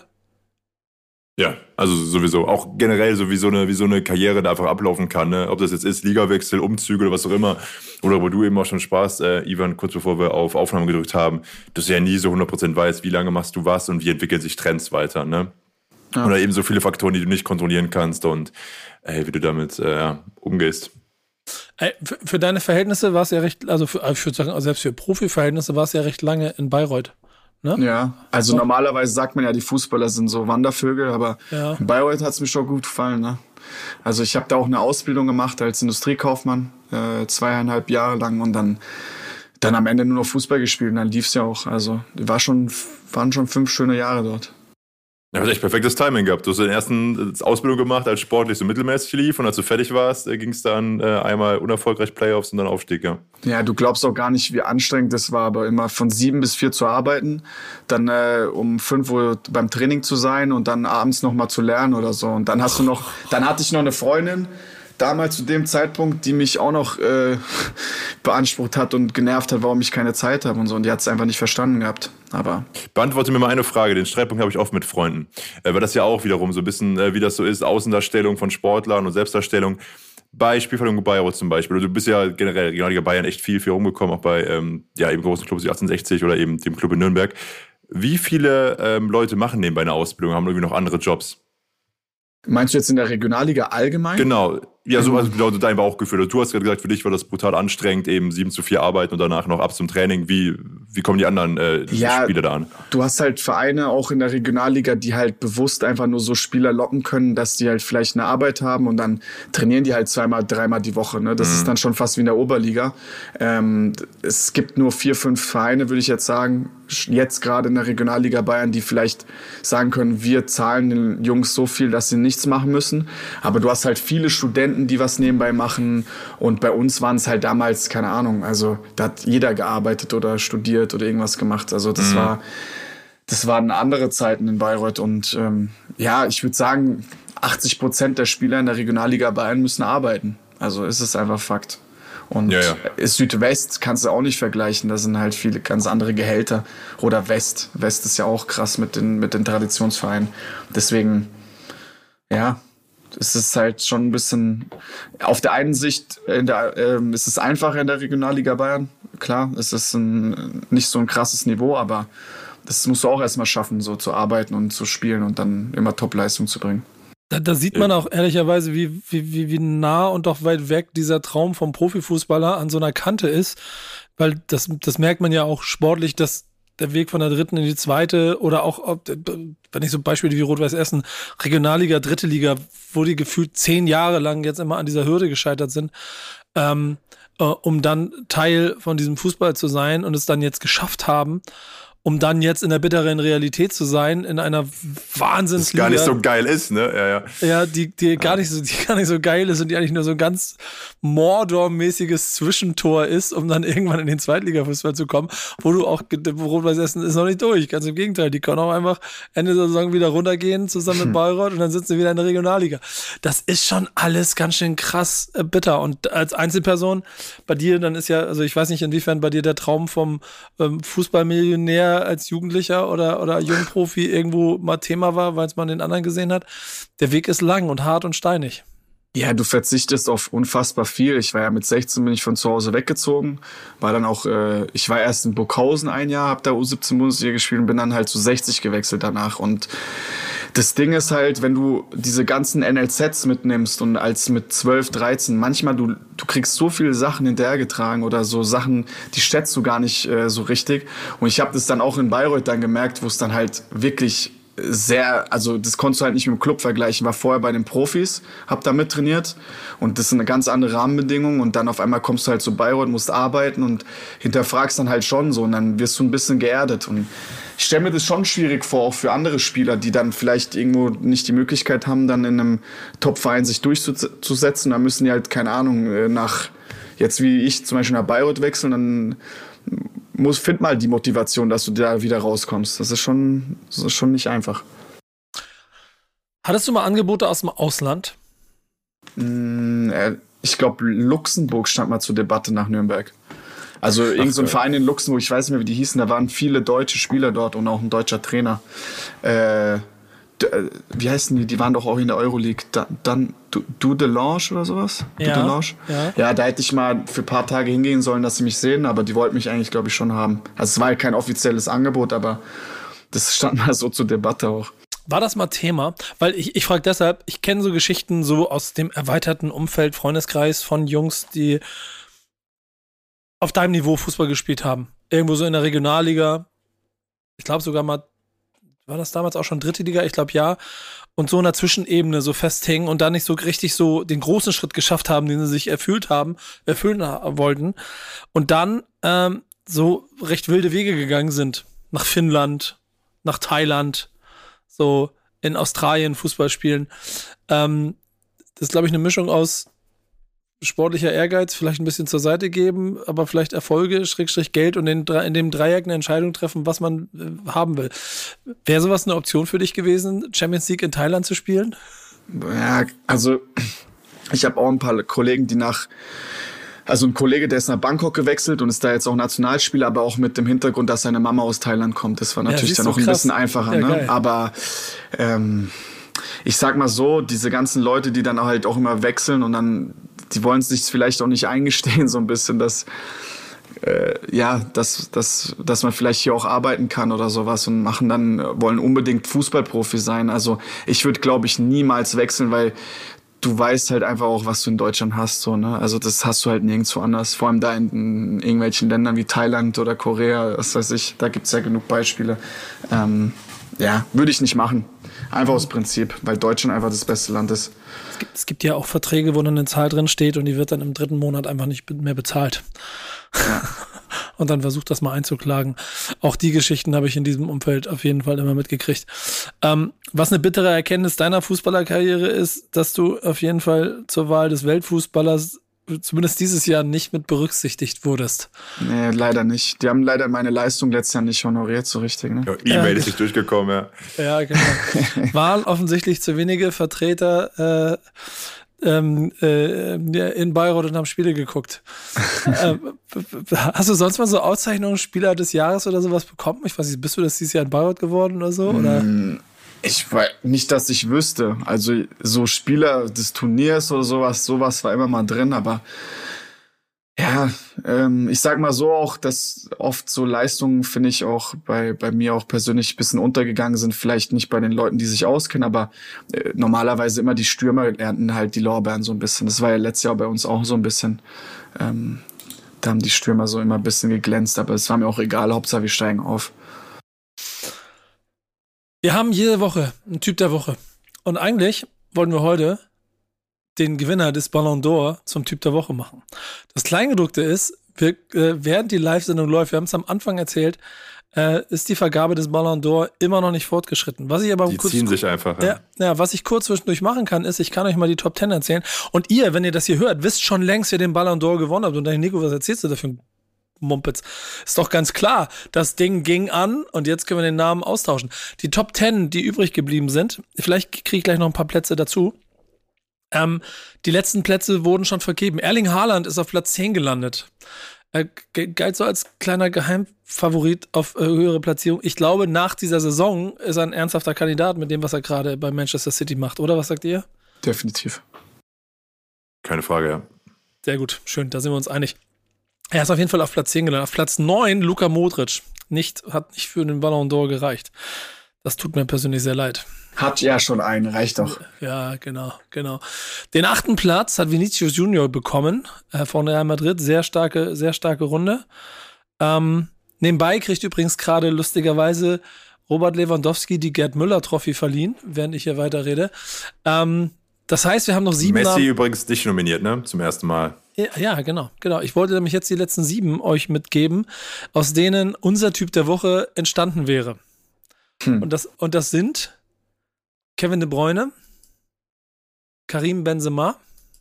Ja, also sowieso. Auch generell so wie so eine Karriere da einfach ablaufen kann. Ne? Ob das jetzt ist, Ligawechsel, Umzüge oder was auch immer. Oder wo du eben auch schon sparst, Ivan, kurz bevor wir auf Aufnahme gedrückt haben, dass du ja nie so 100% weißt, wie lange machst du was und wie entwickeln sich Trends weiter. Ne? Ja. Oder eben so viele Faktoren, die du nicht kontrollieren kannst und wie du damit umgehst. Für deine Verhältnisse war es ja recht, also ich würde sagen, selbst für Profi-Verhältnisse war es ja recht lange in Bayreuth. Ne? Ja, also normalerweise sagt man ja, die Fußballer sind so Wandervögel, aber in Bayreuth hat es mir schon gut gefallen. Ne? Also ich habe da auch eine Ausbildung gemacht als Industriekaufmann, 2,5 Jahre lang und dann am Ende nur noch Fußball gespielt und dann lief es ja auch. Also waren schon 5 schöne Jahre dort. Ja, du hast echt perfektes Timing gehabt. Du hast den ersten Ausbildung gemacht, als sportlich so mittelmäßig lief und als du fertig warst, ging es dann einmal unerfolgreich Playoffs und dann Aufstieg, ja. Ja, du glaubst auch gar nicht, wie anstrengend das war, aber immer von 7 bis 4 zu arbeiten, dann um 5 Uhr beim Training zu sein und dann abends nochmal zu lernen oder so. Und dann hatte ich noch eine Freundin, damals zu dem Zeitpunkt, die mich auch noch beansprucht hat und genervt hat, warum ich keine Zeit habe und so. Und die hat es einfach nicht verstanden gehabt. Aber beantworte mir mal eine Frage. Den Streitpunkt habe ich oft mit Freunden. Weil das ja auch wiederum so ein bisschen, wie das so ist, Außendarstellung von Sportlern und Selbstdarstellung. Bei Spielvereinigung Bayreuth zum Beispiel. Du bist ja generell Regionalliga Bayern echt viel rumgekommen, auch bei eben großen Clubs wie 1860 oder eben dem Club in Nürnberg. Wie viele Leute machen nebenbei eine Ausbildung, haben irgendwie noch andere Jobs? Meinst du jetzt in der Regionalliga allgemein? Genau. Ja, so also genau dein Bauchgefühl. Du hast gerade gesagt, für dich war das brutal anstrengend, eben 7 zu 4 arbeiten und danach noch ab zum Training. Wie kommen die anderen Spieler da an? Du hast halt Vereine auch in der Regionalliga, die halt bewusst einfach nur so Spieler locken können, dass die halt vielleicht eine Arbeit haben und dann trainieren die halt 2-mal, 3-mal die Woche. Ne? Das ist dann schon fast wie in der Oberliga. Es gibt nur 4, 5 Vereine, würde ich jetzt sagen, jetzt gerade in der Regionalliga Bayern, die vielleicht sagen können, wir zahlen den Jungs so viel, dass sie nichts machen müssen. Aber du hast halt viele Studenten, die was nebenbei machen. Und bei uns waren es halt damals, keine Ahnung, also da hat jeder gearbeitet oder studiert oder irgendwas gemacht. Also das waren andere Zeiten in Bayreuth. Und ja, ich würde sagen, 80% der Spieler in der Regionalliga Bayern müssen arbeiten. Also ist es einfach Fakt. Und Südwest kannst du auch nicht vergleichen. Da sind halt viele ganz andere Gehälter. Oder West. West ist ja auch krass mit den Traditionsvereinen. Deswegen, ja, es ist halt schon ein bisschen, auf der einen Sicht ist es einfacher in der Regionalliga Bayern. Klar, es ist nicht so ein krasses Niveau, aber das musst du auch erstmal schaffen, so zu arbeiten und zu spielen und dann immer Top-Leistung zu bringen. Da sieht man auch ehrlicherweise, wie nah und doch weit weg dieser Traum vom Profifußballer an so einer Kante ist, weil das merkt man ja auch sportlich, dass der Weg von der 3. in die 2. oder auch, wenn ich so Beispiele wie Rot-Weiß Essen, Regionalliga, 3. Liga, wo die gefühlt 10 Jahre lang jetzt immer an dieser Hürde gescheitert sind, um dann Teil von diesem Fußball zu sein und es dann jetzt geschafft haben um dann jetzt in der bitteren Realität zu sein, in einer Wahnsinnsliga. Das gar nicht so geil ist, ne? Ja. Ja, die gar nicht so geil ist und die eigentlich nur so ein ganz Mordor-mäßiges Zwischentor ist, um dann irgendwann in den Zweitligafußball zu kommen, wo du auch, Rot-Weiß Essen ist noch nicht durch. Ganz im Gegenteil, die können auch einfach Ende der Saison wieder runtergehen, zusammen mit Bayreuth und dann sitzen sie wieder in der Regionalliga. Das ist schon alles ganz schön krass bitter. Und als Einzelperson, bei dir dann ist ja, also ich weiß nicht, inwiefern bei dir der Traum vom Fußballmillionär als Jugendlicher oder Jungprofi irgendwo mal Thema war, weil es man den anderen gesehen hat. Der Weg ist lang und hart und steinig. Ja, du verzichtest auf unfassbar viel. Ich war ja mit 16 bin ich von zu Hause weggezogen. War dann auch, ich war erst in Burghausen ein Jahr, hab da U17 Bundesliga gespielt und bin dann halt zu 60 gewechselt danach. Und das Ding ist halt, wenn du diese ganzen NLZs mitnimmst und als mit 12, 13, manchmal du kriegst so viele Sachen hinterhergetragen oder so Sachen, die schätzt du gar nicht so richtig. Und ich habe das dann auch in Bayreuth dann gemerkt, wo es dann halt wirklich sehr, also das konntest du halt nicht mit dem Club vergleichen, war vorher bei den Profis, hab da mittrainiert und das sind eine ganz andere Rahmenbedingung und dann auf einmal kommst du halt zu Bayreuth, musst arbeiten und hinterfragst dann halt schon so und dann wirst du ein bisschen geerdet und ich stelle mir das schon schwierig vor, auch für andere Spieler, die dann vielleicht irgendwo nicht die Möglichkeit haben, dann in einem Top-Verein sich durchzusetzen, da müssen die halt, keine Ahnung, nach, jetzt wie ich zum Beispiel nach Bayreuth wechseln, dann find mal die Motivation, dass du da wieder rauskommst. Das ist schon nicht einfach. Hattest du mal Angebote aus dem Ausland? Ich glaube, Luxemburg stand mal zur Debatte nach Nürnberg. Also irgend so ein Verein in Luxemburg, ich weiß nicht mehr, wie die hießen, da waren viele deutsche Spieler dort und auch ein deutscher Trainer. Wie heißen die? Die waren doch auch in der Euroleague. Dudelange oder sowas? Ja, Dudelange? ja. Ja, da hätte ich mal für ein paar Tage hingehen sollen, dass sie mich sehen, aber die wollten mich eigentlich, glaube ich, schon haben. Also es war ja kein offizielles Angebot, aber das stand mal so zur Debatte auch. War das mal Thema? Weil ich frage deshalb, ich kenne so Geschichten so aus dem erweiterten Umfeld, Freundeskreis von Jungs, die auf deinem Niveau Fußball gespielt haben. Irgendwo so in der Regionalliga. Ich glaube sogar mal, war das damals auch schon dritte Liga? Ich glaube ja. Und so in der Zwischenebene so festhängen und da nicht so richtig so den großen Schritt geschafft haben, den sie sich erfüllen wollten. Und dann so recht wilde Wege gegangen sind. Nach Finnland, nach Thailand, so in Australien Fußball spielen. Das ist, glaube ich, eine Mischung aus sportlicher Ehrgeiz, vielleicht ein bisschen zur Seite geben, aber vielleicht Erfolge, / Geld und in dem Dreieck eine Entscheidung treffen, was man haben will. Wäre sowas eine Option für dich gewesen, Champions League in Thailand zu spielen? Ja, also ich habe auch ein paar Kollegen, also ein Kollege, der ist nach Bangkok gewechselt und ist da jetzt auch Nationalspieler, aber auch mit dem Hintergrund, dass seine Mama aus Thailand kommt. Das war natürlich dann noch ein bisschen einfacher. Ja, ne? Aber ich sag mal so, diese ganzen Leute, die dann halt auch immer wechseln und dann, die wollen es sich vielleicht auch nicht eingestehen, so ein bisschen, dass man vielleicht hier auch arbeiten kann oder sowas und wollen unbedingt Fußballprofi sein. Also ich würde, glaube ich, niemals wechseln, weil du weißt halt einfach auch, was du in Deutschland hast, so, ne? Also das hast du halt nirgendwo anders. Vor allem da in irgendwelchen Ländern wie Thailand oder Korea, was weiß ich, da gibt's ja genug Beispiele. Würde ich nicht machen. Einfach aus Prinzip, weil Deutschland einfach das beste Land ist. Es gibt ja auch Verträge, wo dann eine Zahl drin steht und die wird dann im 3. Monat einfach nicht mehr bezahlt. Ja. Und dann versucht das mal einzuklagen. Auch die Geschichten habe ich in diesem Umfeld auf jeden Fall immer mitgekriegt. Was eine bittere Erkenntnis deiner Fußballerkarriere ist, dass du auf jeden Fall zur Wahl des Weltfußballers zumindest dieses Jahr nicht mit berücksichtigt wurdest. Nee, leider nicht. Die haben leider meine Leistung letztes Jahr nicht honoriert so richtig. Ne? Ja, E-Mail ist nicht durchgekommen, ja. Ja, genau. Waren offensichtlich zu wenige Vertreter in Bayreuth und haben Spiele geguckt. Hast du sonst mal so Auszeichnungen Spieler des Jahres oder sowas bekommen? Ich weiß nicht, bist du das dieses Jahr in Bayreuth geworden oder so? Oder? Ich weiß nicht, dass ich wüsste. Also so Spieler des Turniers oder sowas war immer mal drin, aber ja, ich sag mal so auch, dass oft so Leistungen, finde ich, auch bei mir auch persönlich ein bisschen untergegangen sind. Vielleicht nicht bei den Leuten, die sich auskennen, aber normalerweise immer die Stürmer ernten halt die Lorbeeren so ein bisschen. Das war ja letztes Jahr bei uns auch so ein bisschen. Da haben die Stürmer so immer ein bisschen geglänzt, aber es war mir auch egal, Hauptsache wir steigen auf. Wir haben jede Woche einen Typ der Woche. Und eigentlich wollten wir heute den Gewinner des Ballon d'Or zum Typ der Woche machen. Das Kleingedruckte ist, während die Live-Sendung läuft, wir haben es am Anfang erzählt, ist die Vergabe des Ballon d'Or immer noch nicht fortgeschritten. Was ich aber Die ziehen sich einfach. was ich kurz zwischendurch machen kann, ist, ich kann euch mal die Top 10 erzählen. Und ihr, wenn ihr das hier hört, wisst schon längst, wer den Ballon d'Or gewonnen habt. Und dann, Nico, was erzählst du da für ein Mumpitz? Ist doch ganz klar, das Ding ging an und jetzt können wir den Namen austauschen. Die Top 10, die übrig geblieben sind, vielleicht kriege ich gleich noch ein paar Plätze dazu. Die letzten Plätze wurden schon vergeben. Erling Haaland ist auf Platz 10 gelandet. Galt so als kleiner Geheimfavorit auf höhere Platzierung. Ich glaube, nach dieser Saison ist er ein ernsthafter Kandidat mit dem, was er gerade bei Manchester City macht, oder? Was sagt ihr? Definitiv. Keine Frage, ja. Sehr gut, schön, da sind wir uns einig. Er ist auf jeden Fall auf Platz 10 gelandet. Auf Platz 9 Luka Modric. Hat nicht für den Ballon d'Or gereicht. Das tut mir persönlich sehr leid. Hat ja schon einen, reicht doch. Ja, genau. Den 8. Platz hat Vinicius Junior bekommen von Real Madrid. Sehr starke Runde. Nebenbei kriegt übrigens gerade lustigerweise Robert Lewandowski die Gerd Müller-Trophy verliehen, während ich hier weiterrede. Das heißt, wir haben noch 7 Messi Namen. übrigens nicht nominiert, ne? Zum ersten Mal. Ja, genau. Ich wollte nämlich jetzt die letzten 7 euch mitgeben, aus denen unser Typ der Woche entstanden wäre. Und das sind Kevin De Bruyne, Karim Benzema,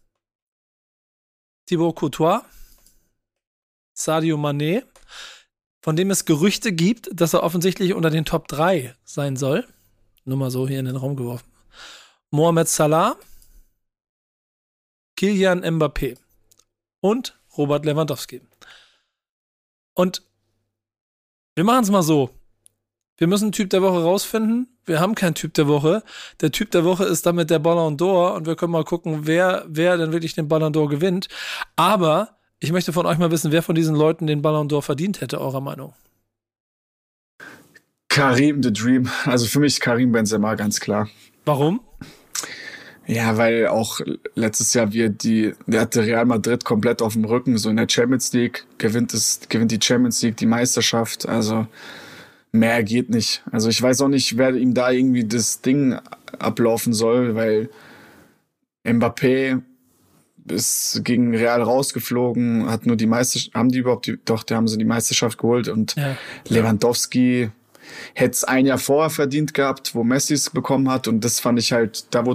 Thibaut Courtois, Sadio Mané, von dem es Gerüchte gibt, dass er offensichtlich unter den Top 3 sein soll. Nur mal so hier in den Raum geworfen. Mohamed Salah, Kylian Mbappé und Robert Lewandowski. Und wir machen es mal so. Wir müssen einen Typ der Woche rausfinden. Wir haben keinen Typ der Woche. Der Typ der Woche ist damit der Ballon d'Or und wir können mal gucken, wer denn wirklich den Ballon d'Or gewinnt. Aber ich möchte von euch mal wissen, wer von diesen Leuten den Ballon d'Or verdient hätte, eurer Meinung? Karim the Dream. Also für mich Karim Benzema, ganz klar. Warum? Ja, weil auch letztes Jahr der hatte Real Madrid komplett auf dem Rücken, so in der Champions League, gewinnt die Champions League, die Meisterschaft, also mehr geht nicht. Also ich weiß auch nicht, wer ihm da irgendwie das Ding ablaufen soll, weil Mbappé ist gegen Real rausgeflogen, hat nur die Meisterschaft, da haben sie die Meisterschaft geholt und ja. Lewandowski hätte es ein Jahr vorher verdient gehabt, wo Messi es bekommen hat und das fand ich halt, das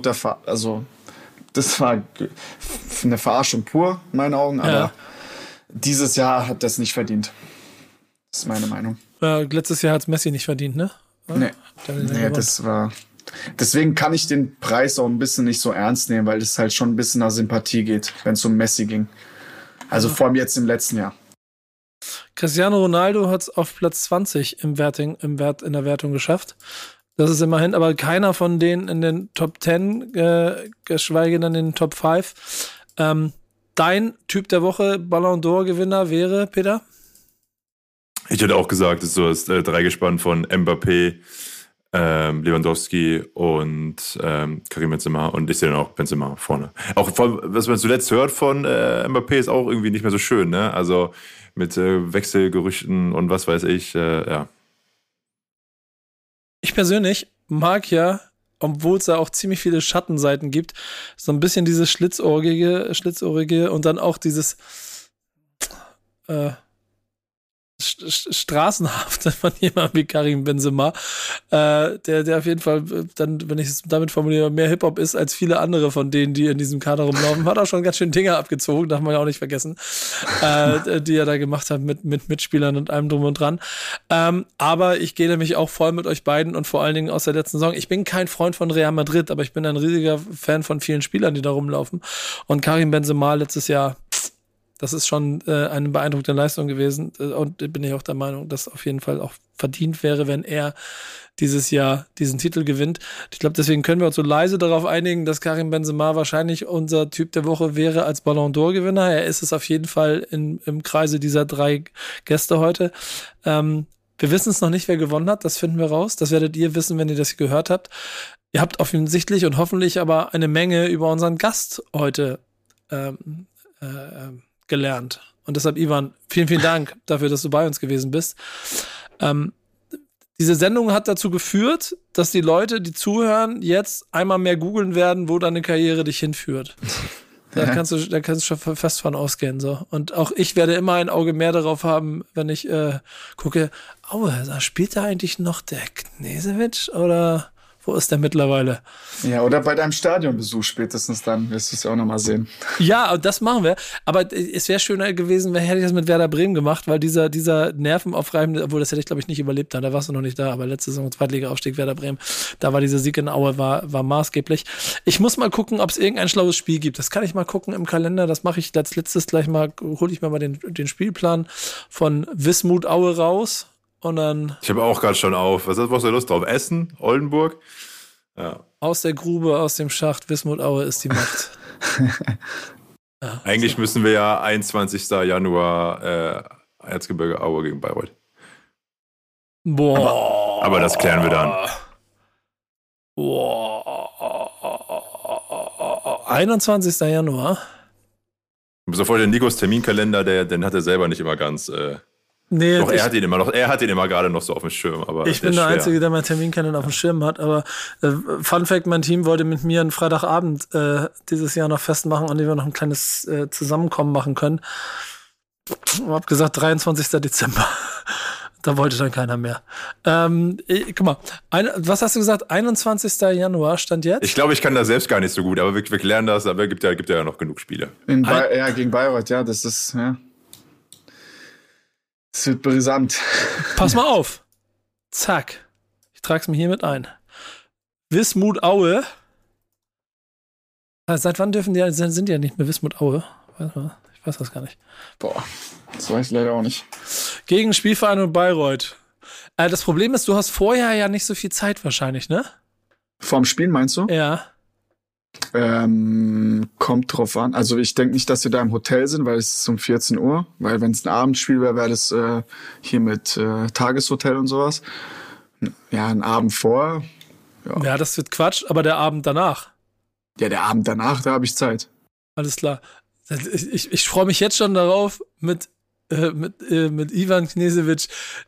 war eine Verarschung pur, in meinen Augen, aber dieses Jahr hat das nicht verdient. Das ist meine Meinung. Letztes Jahr hat es Messi nicht verdient, ne? Nee, das war... Deswegen kann ich den Preis auch ein bisschen nicht so ernst nehmen, weil es halt schon ein bisschen nach Sympathie geht, wenn es um Messi ging. Also vor allem jetzt im letzten Jahr. Cristiano Ronaldo hat es auf Platz 20 in der Wertung geschafft. Das ist immerhin, aber keiner von denen in den Top 10, geschweige denn in den Top 5. Dein Typ der Woche, Ballon d'Or-Gewinner wäre, Peter? Ich hätte auch gesagt, es ist so das Dreigespann von Mbappé, Lewandowski und Karim Benzema und ich sehe dann auch Benzema vorne. Auch was man zuletzt hört von Mbappé ist auch irgendwie nicht mehr so schön, ne? Also mit Wechselgerüchten und was weiß ich, ja. Ich persönlich mag ja, obwohl es da auch ziemlich viele Schattenseiten gibt, so ein bisschen dieses Schlitzohrige und dann auch dieses Straßenhafte von jemandem wie Karim Benzema, der auf jeden Fall dann, wenn ich es damit formuliere, mehr Hip-Hop ist als viele andere von denen, die in diesem Kader rumlaufen. Hat auch schon ganz schön Dinger abgezogen, darf man ja auch nicht vergessen, die er da gemacht hat mit Mitspielern und allem drum und dran. Aber ich gehe nämlich auch voll mit euch beiden und vor allen Dingen aus der letzten Saison. Ich bin kein Freund von Real Madrid, aber ich bin ein riesiger Fan von vielen Spielern, die da rumlaufen. Und Karim Benzema letztes Jahr, das ist schon eine beeindruckende Leistung gewesen und bin ich auch der Meinung, dass auf jeden Fall auch verdient wäre, wenn er dieses Jahr diesen Titel gewinnt. Ich glaube, deswegen können wir uns so leise darauf einigen, dass Karim Benzema wahrscheinlich unser Typ der Woche wäre als Ballon d'Or-Gewinner. Er ist es auf jeden Fall im Kreise dieser 3 Gäste heute. Wir wissen es noch nicht, wer gewonnen hat. Das finden wir raus. Das werdet ihr wissen, wenn ihr das gehört habt. Ihr habt offensichtlich und hoffentlich aber eine Menge über unseren Gast heute gelernt. Und deshalb, Ivan, vielen, vielen Dank dafür, dass du bei uns gewesen bist. Diese Sendung hat dazu geführt, dass die Leute, die zuhören, jetzt einmal mehr googeln werden, wo deine Karriere dich hinführt. Da kannst du schon fest von ausgehen, so. Und auch ich werde immer ein Auge mehr darauf haben, wenn ich gucke, spielt da eigentlich noch der Knesewitsch oder wo ist der mittlerweile? Ja, oder bei deinem Stadionbesuch spätestens dann wirst du es ja auch nochmal sehen. Ja, das machen wir. Aber es wäre schöner gewesen, hätte ich das mit Werder Bremen gemacht, weil dieser nervenaufreibende, obwohl das hätte ich glaube ich nicht überlebt, da warst du noch nicht da, aber letzte Saison Zweitliga-Aufstieg Werder Bremen, da war dieser Sieg in Aue, war maßgeblich. Ich muss mal gucken, ob es irgendein schlaues Spiel gibt. Das kann ich mal gucken im Kalender, das mache ich als letztes gleich mal, hole ich mir mal den Spielplan von Wismut Aue raus. Und dann. Ich habe auch gerade schon auf. Was hast du Lust drauf? Essen? Oldenburg? Ja. Aus der Grube, aus dem Schacht, Wismut Aue ist die Macht. Ja, eigentlich müssen wir ja 21. Januar Erzgebirge Aue gegen Bayreuth. Boah. Aber das klären wir dann. Boah. 21. Januar. Du musst dir vorstellen, Nikos Terminkalender, den hat er selber nicht immer ganz. Nee, doch, er hat ihn immer gerade noch so auf dem Schirm. Aber ich bin der Einzige, der meinen Terminkalender auf dem Schirm hat. Aber Fun Fact, mein Team wollte mit mir einen Freitagabend dieses Jahr noch festmachen, an dem wir noch ein kleines Zusammenkommen machen können. Ich habe gesagt 23. Dezember. Da wollte dann keiner mehr. Guck mal, was hast du gesagt? 21. Januar stand jetzt? Ich glaube, ich kann das selbst gar nicht so gut, aber wir klären das. Aber es gibt ja noch genug Spiele. Gegen Bayreuth, ja, das ist, ja. Es wird brisant. Pass mal auf. Zack. Ich trage es mir hiermit ein. Wismut Aue. Seit wann sind die ja nicht mehr Wismut Aue? Ich weiß das gar nicht. Boah, das weiß ich leider auch nicht. Gegen Spielverein und Bayreuth. Das Problem ist, du hast vorher ja nicht so viel Zeit wahrscheinlich, ne? Vorm Spiel meinst du? Ja. Kommt drauf an. Also ich denke nicht, dass wir da im Hotel sind, weil es ist um 14 Uhr. Weil wenn es ein Abendspiel wäre, wäre das hier mit Tageshotel und sowas. Ja, ein Abend vor. Ja, das wird Quatsch, aber der Abend danach. Ja, der Abend danach, da habe ich Zeit. Alles klar. Ich freue mich jetzt schon darauf, mit Ivan Knesewitsch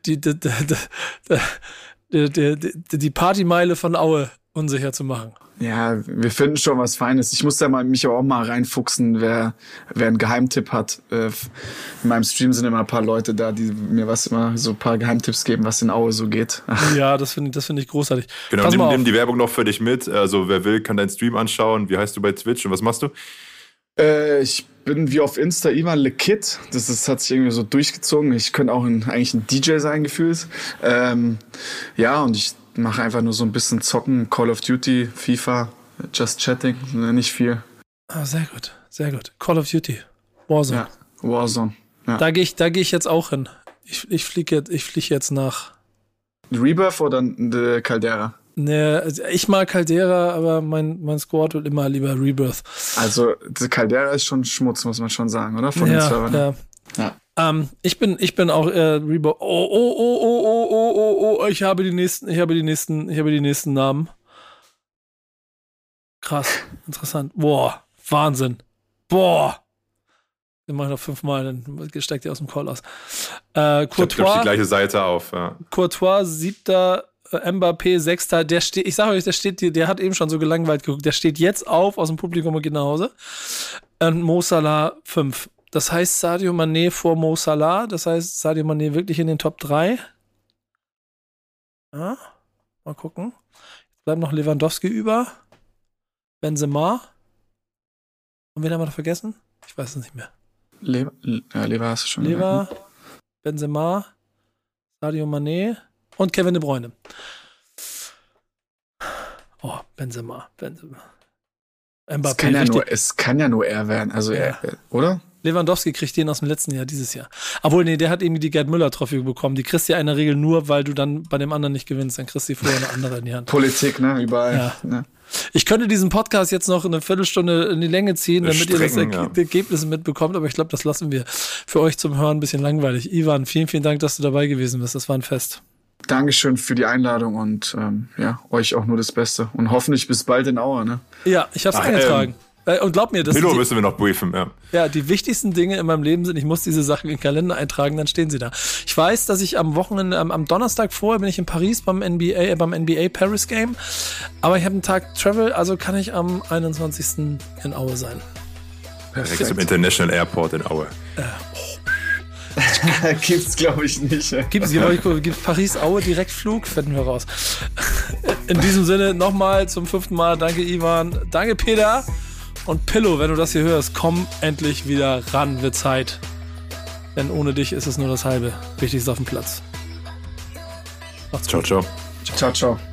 die Partymeile von Aue unsicher zu machen. Ja, wir finden schon was Feines. Ich muss da mich auch mal reinfuchsen, wer einen Geheimtipp hat. In meinem Stream sind immer ein paar Leute da, die mir immer so ein paar Geheimtipps geben, was in Aue so geht. Ja, das finde ich großartig. Genau, nimm die Werbung noch für dich mit. Also wer will, kann deinen Stream anschauen. Wie heißt du bei Twitch und was machst du? Ich bin wie auf Insta Ivan Le Kid. Das hat sich irgendwie so durchgezogen. Ich könnte auch eigentlich ein DJ sein, gefühlt. Ja, und ich mache einfach nur so ein bisschen Zocken, Call of Duty, FIFA, Just Chatting, nicht viel. Ah, sehr gut, sehr gut. Call of Duty, Warzone. Ja, Warzone. Ja. Da gehe ich jetzt auch hin. Ich fliege jetzt nach Rebirth oder The Caldera? Ne, ich mag Caldera, aber mein Squad will immer lieber Rebirth. Also The Caldera ist schon Schmutz, muss man schon sagen, oder? Von den Servern. Ja. Ich bin auch Rebirth. Oh, ich habe die nächsten Namen. Krass, interessant. Boah, Wahnsinn. Boah. Den mache ich noch 5-mal, dann steigt ihr aus dem Call aus. Courtois, die gleiche Seite auf. Ja. Courtois, 7. Mbappé, 6. Ich sage euch, der hat eben schon so gelangweilt geguckt. Der steht jetzt auf aus dem Publikum und geht nach Hause. Und Mo Salah 5. Das heißt Sadio Mané vor Mo Salah. Das heißt Sadio Mané wirklich in den Top 3. Ja, mal gucken. Jetzt bleibt noch Lewandowski über. Benzema. Und wen haben wir noch vergessen? Ich weiß es nicht mehr. Lever hast du schon. Lever, Benzema, Sadio Mané und Kevin De Bruyne. Oh, Benzema. Mbappé. Es kann ja nur er werden, also ja. Oder? Lewandowski kriegt den aus dem letzten Jahr, dieses Jahr. Obwohl, nee, der hat eben die Gerd Müller-Trophäe bekommen. Die kriegst du ja in der Regel nur, weil du dann bei dem anderen nicht gewinnst. Dann kriegst du vorher eine andere in die Hand. Politik, ne? Überall. Ja. Ne? Ich könnte diesen Podcast jetzt noch eine Viertelstunde in die Länge ziehen, damit ihr das Ergebnis mitbekommt, aber ich glaube, das lassen wir für euch zum Hören ein bisschen langweilig. Ivan, vielen, vielen Dank, dass du dabei gewesen bist. Das war ein Fest. Dankeschön für die Einladung und euch auch nur das Beste. Und hoffentlich bis bald in Aue, ne? Ja, ich habe es eingetragen. Und glaub mir, das Pillow müssen wir noch briefen, ja. Ja, die wichtigsten Dinge in meinem Leben sind, ich muss diese Sachen in den Kalender eintragen, dann stehen sie da. Ich weiß, dass ich am Wochenende, am Donnerstag vorher bin ich in Paris beim NBA Paris Game, aber ich habe einen Tag Travel, also kann ich am 21. in Aue sein. Direkt zum International Airport in Aue. Gibt's, glaube ich, nicht. Gibt's Paris-Aue Direktflug? Finden wir raus. In diesem Sinne nochmal zum 5. Mal. Danke, Ivan. Danke, Peter. Und Pillow, wenn du das hier hörst, komm endlich wieder ran. Wird Zeit. Denn ohne dich ist es nur das Halbe. Wichtigste auf dem Platz. Ciao, ciao. Ciao, ciao.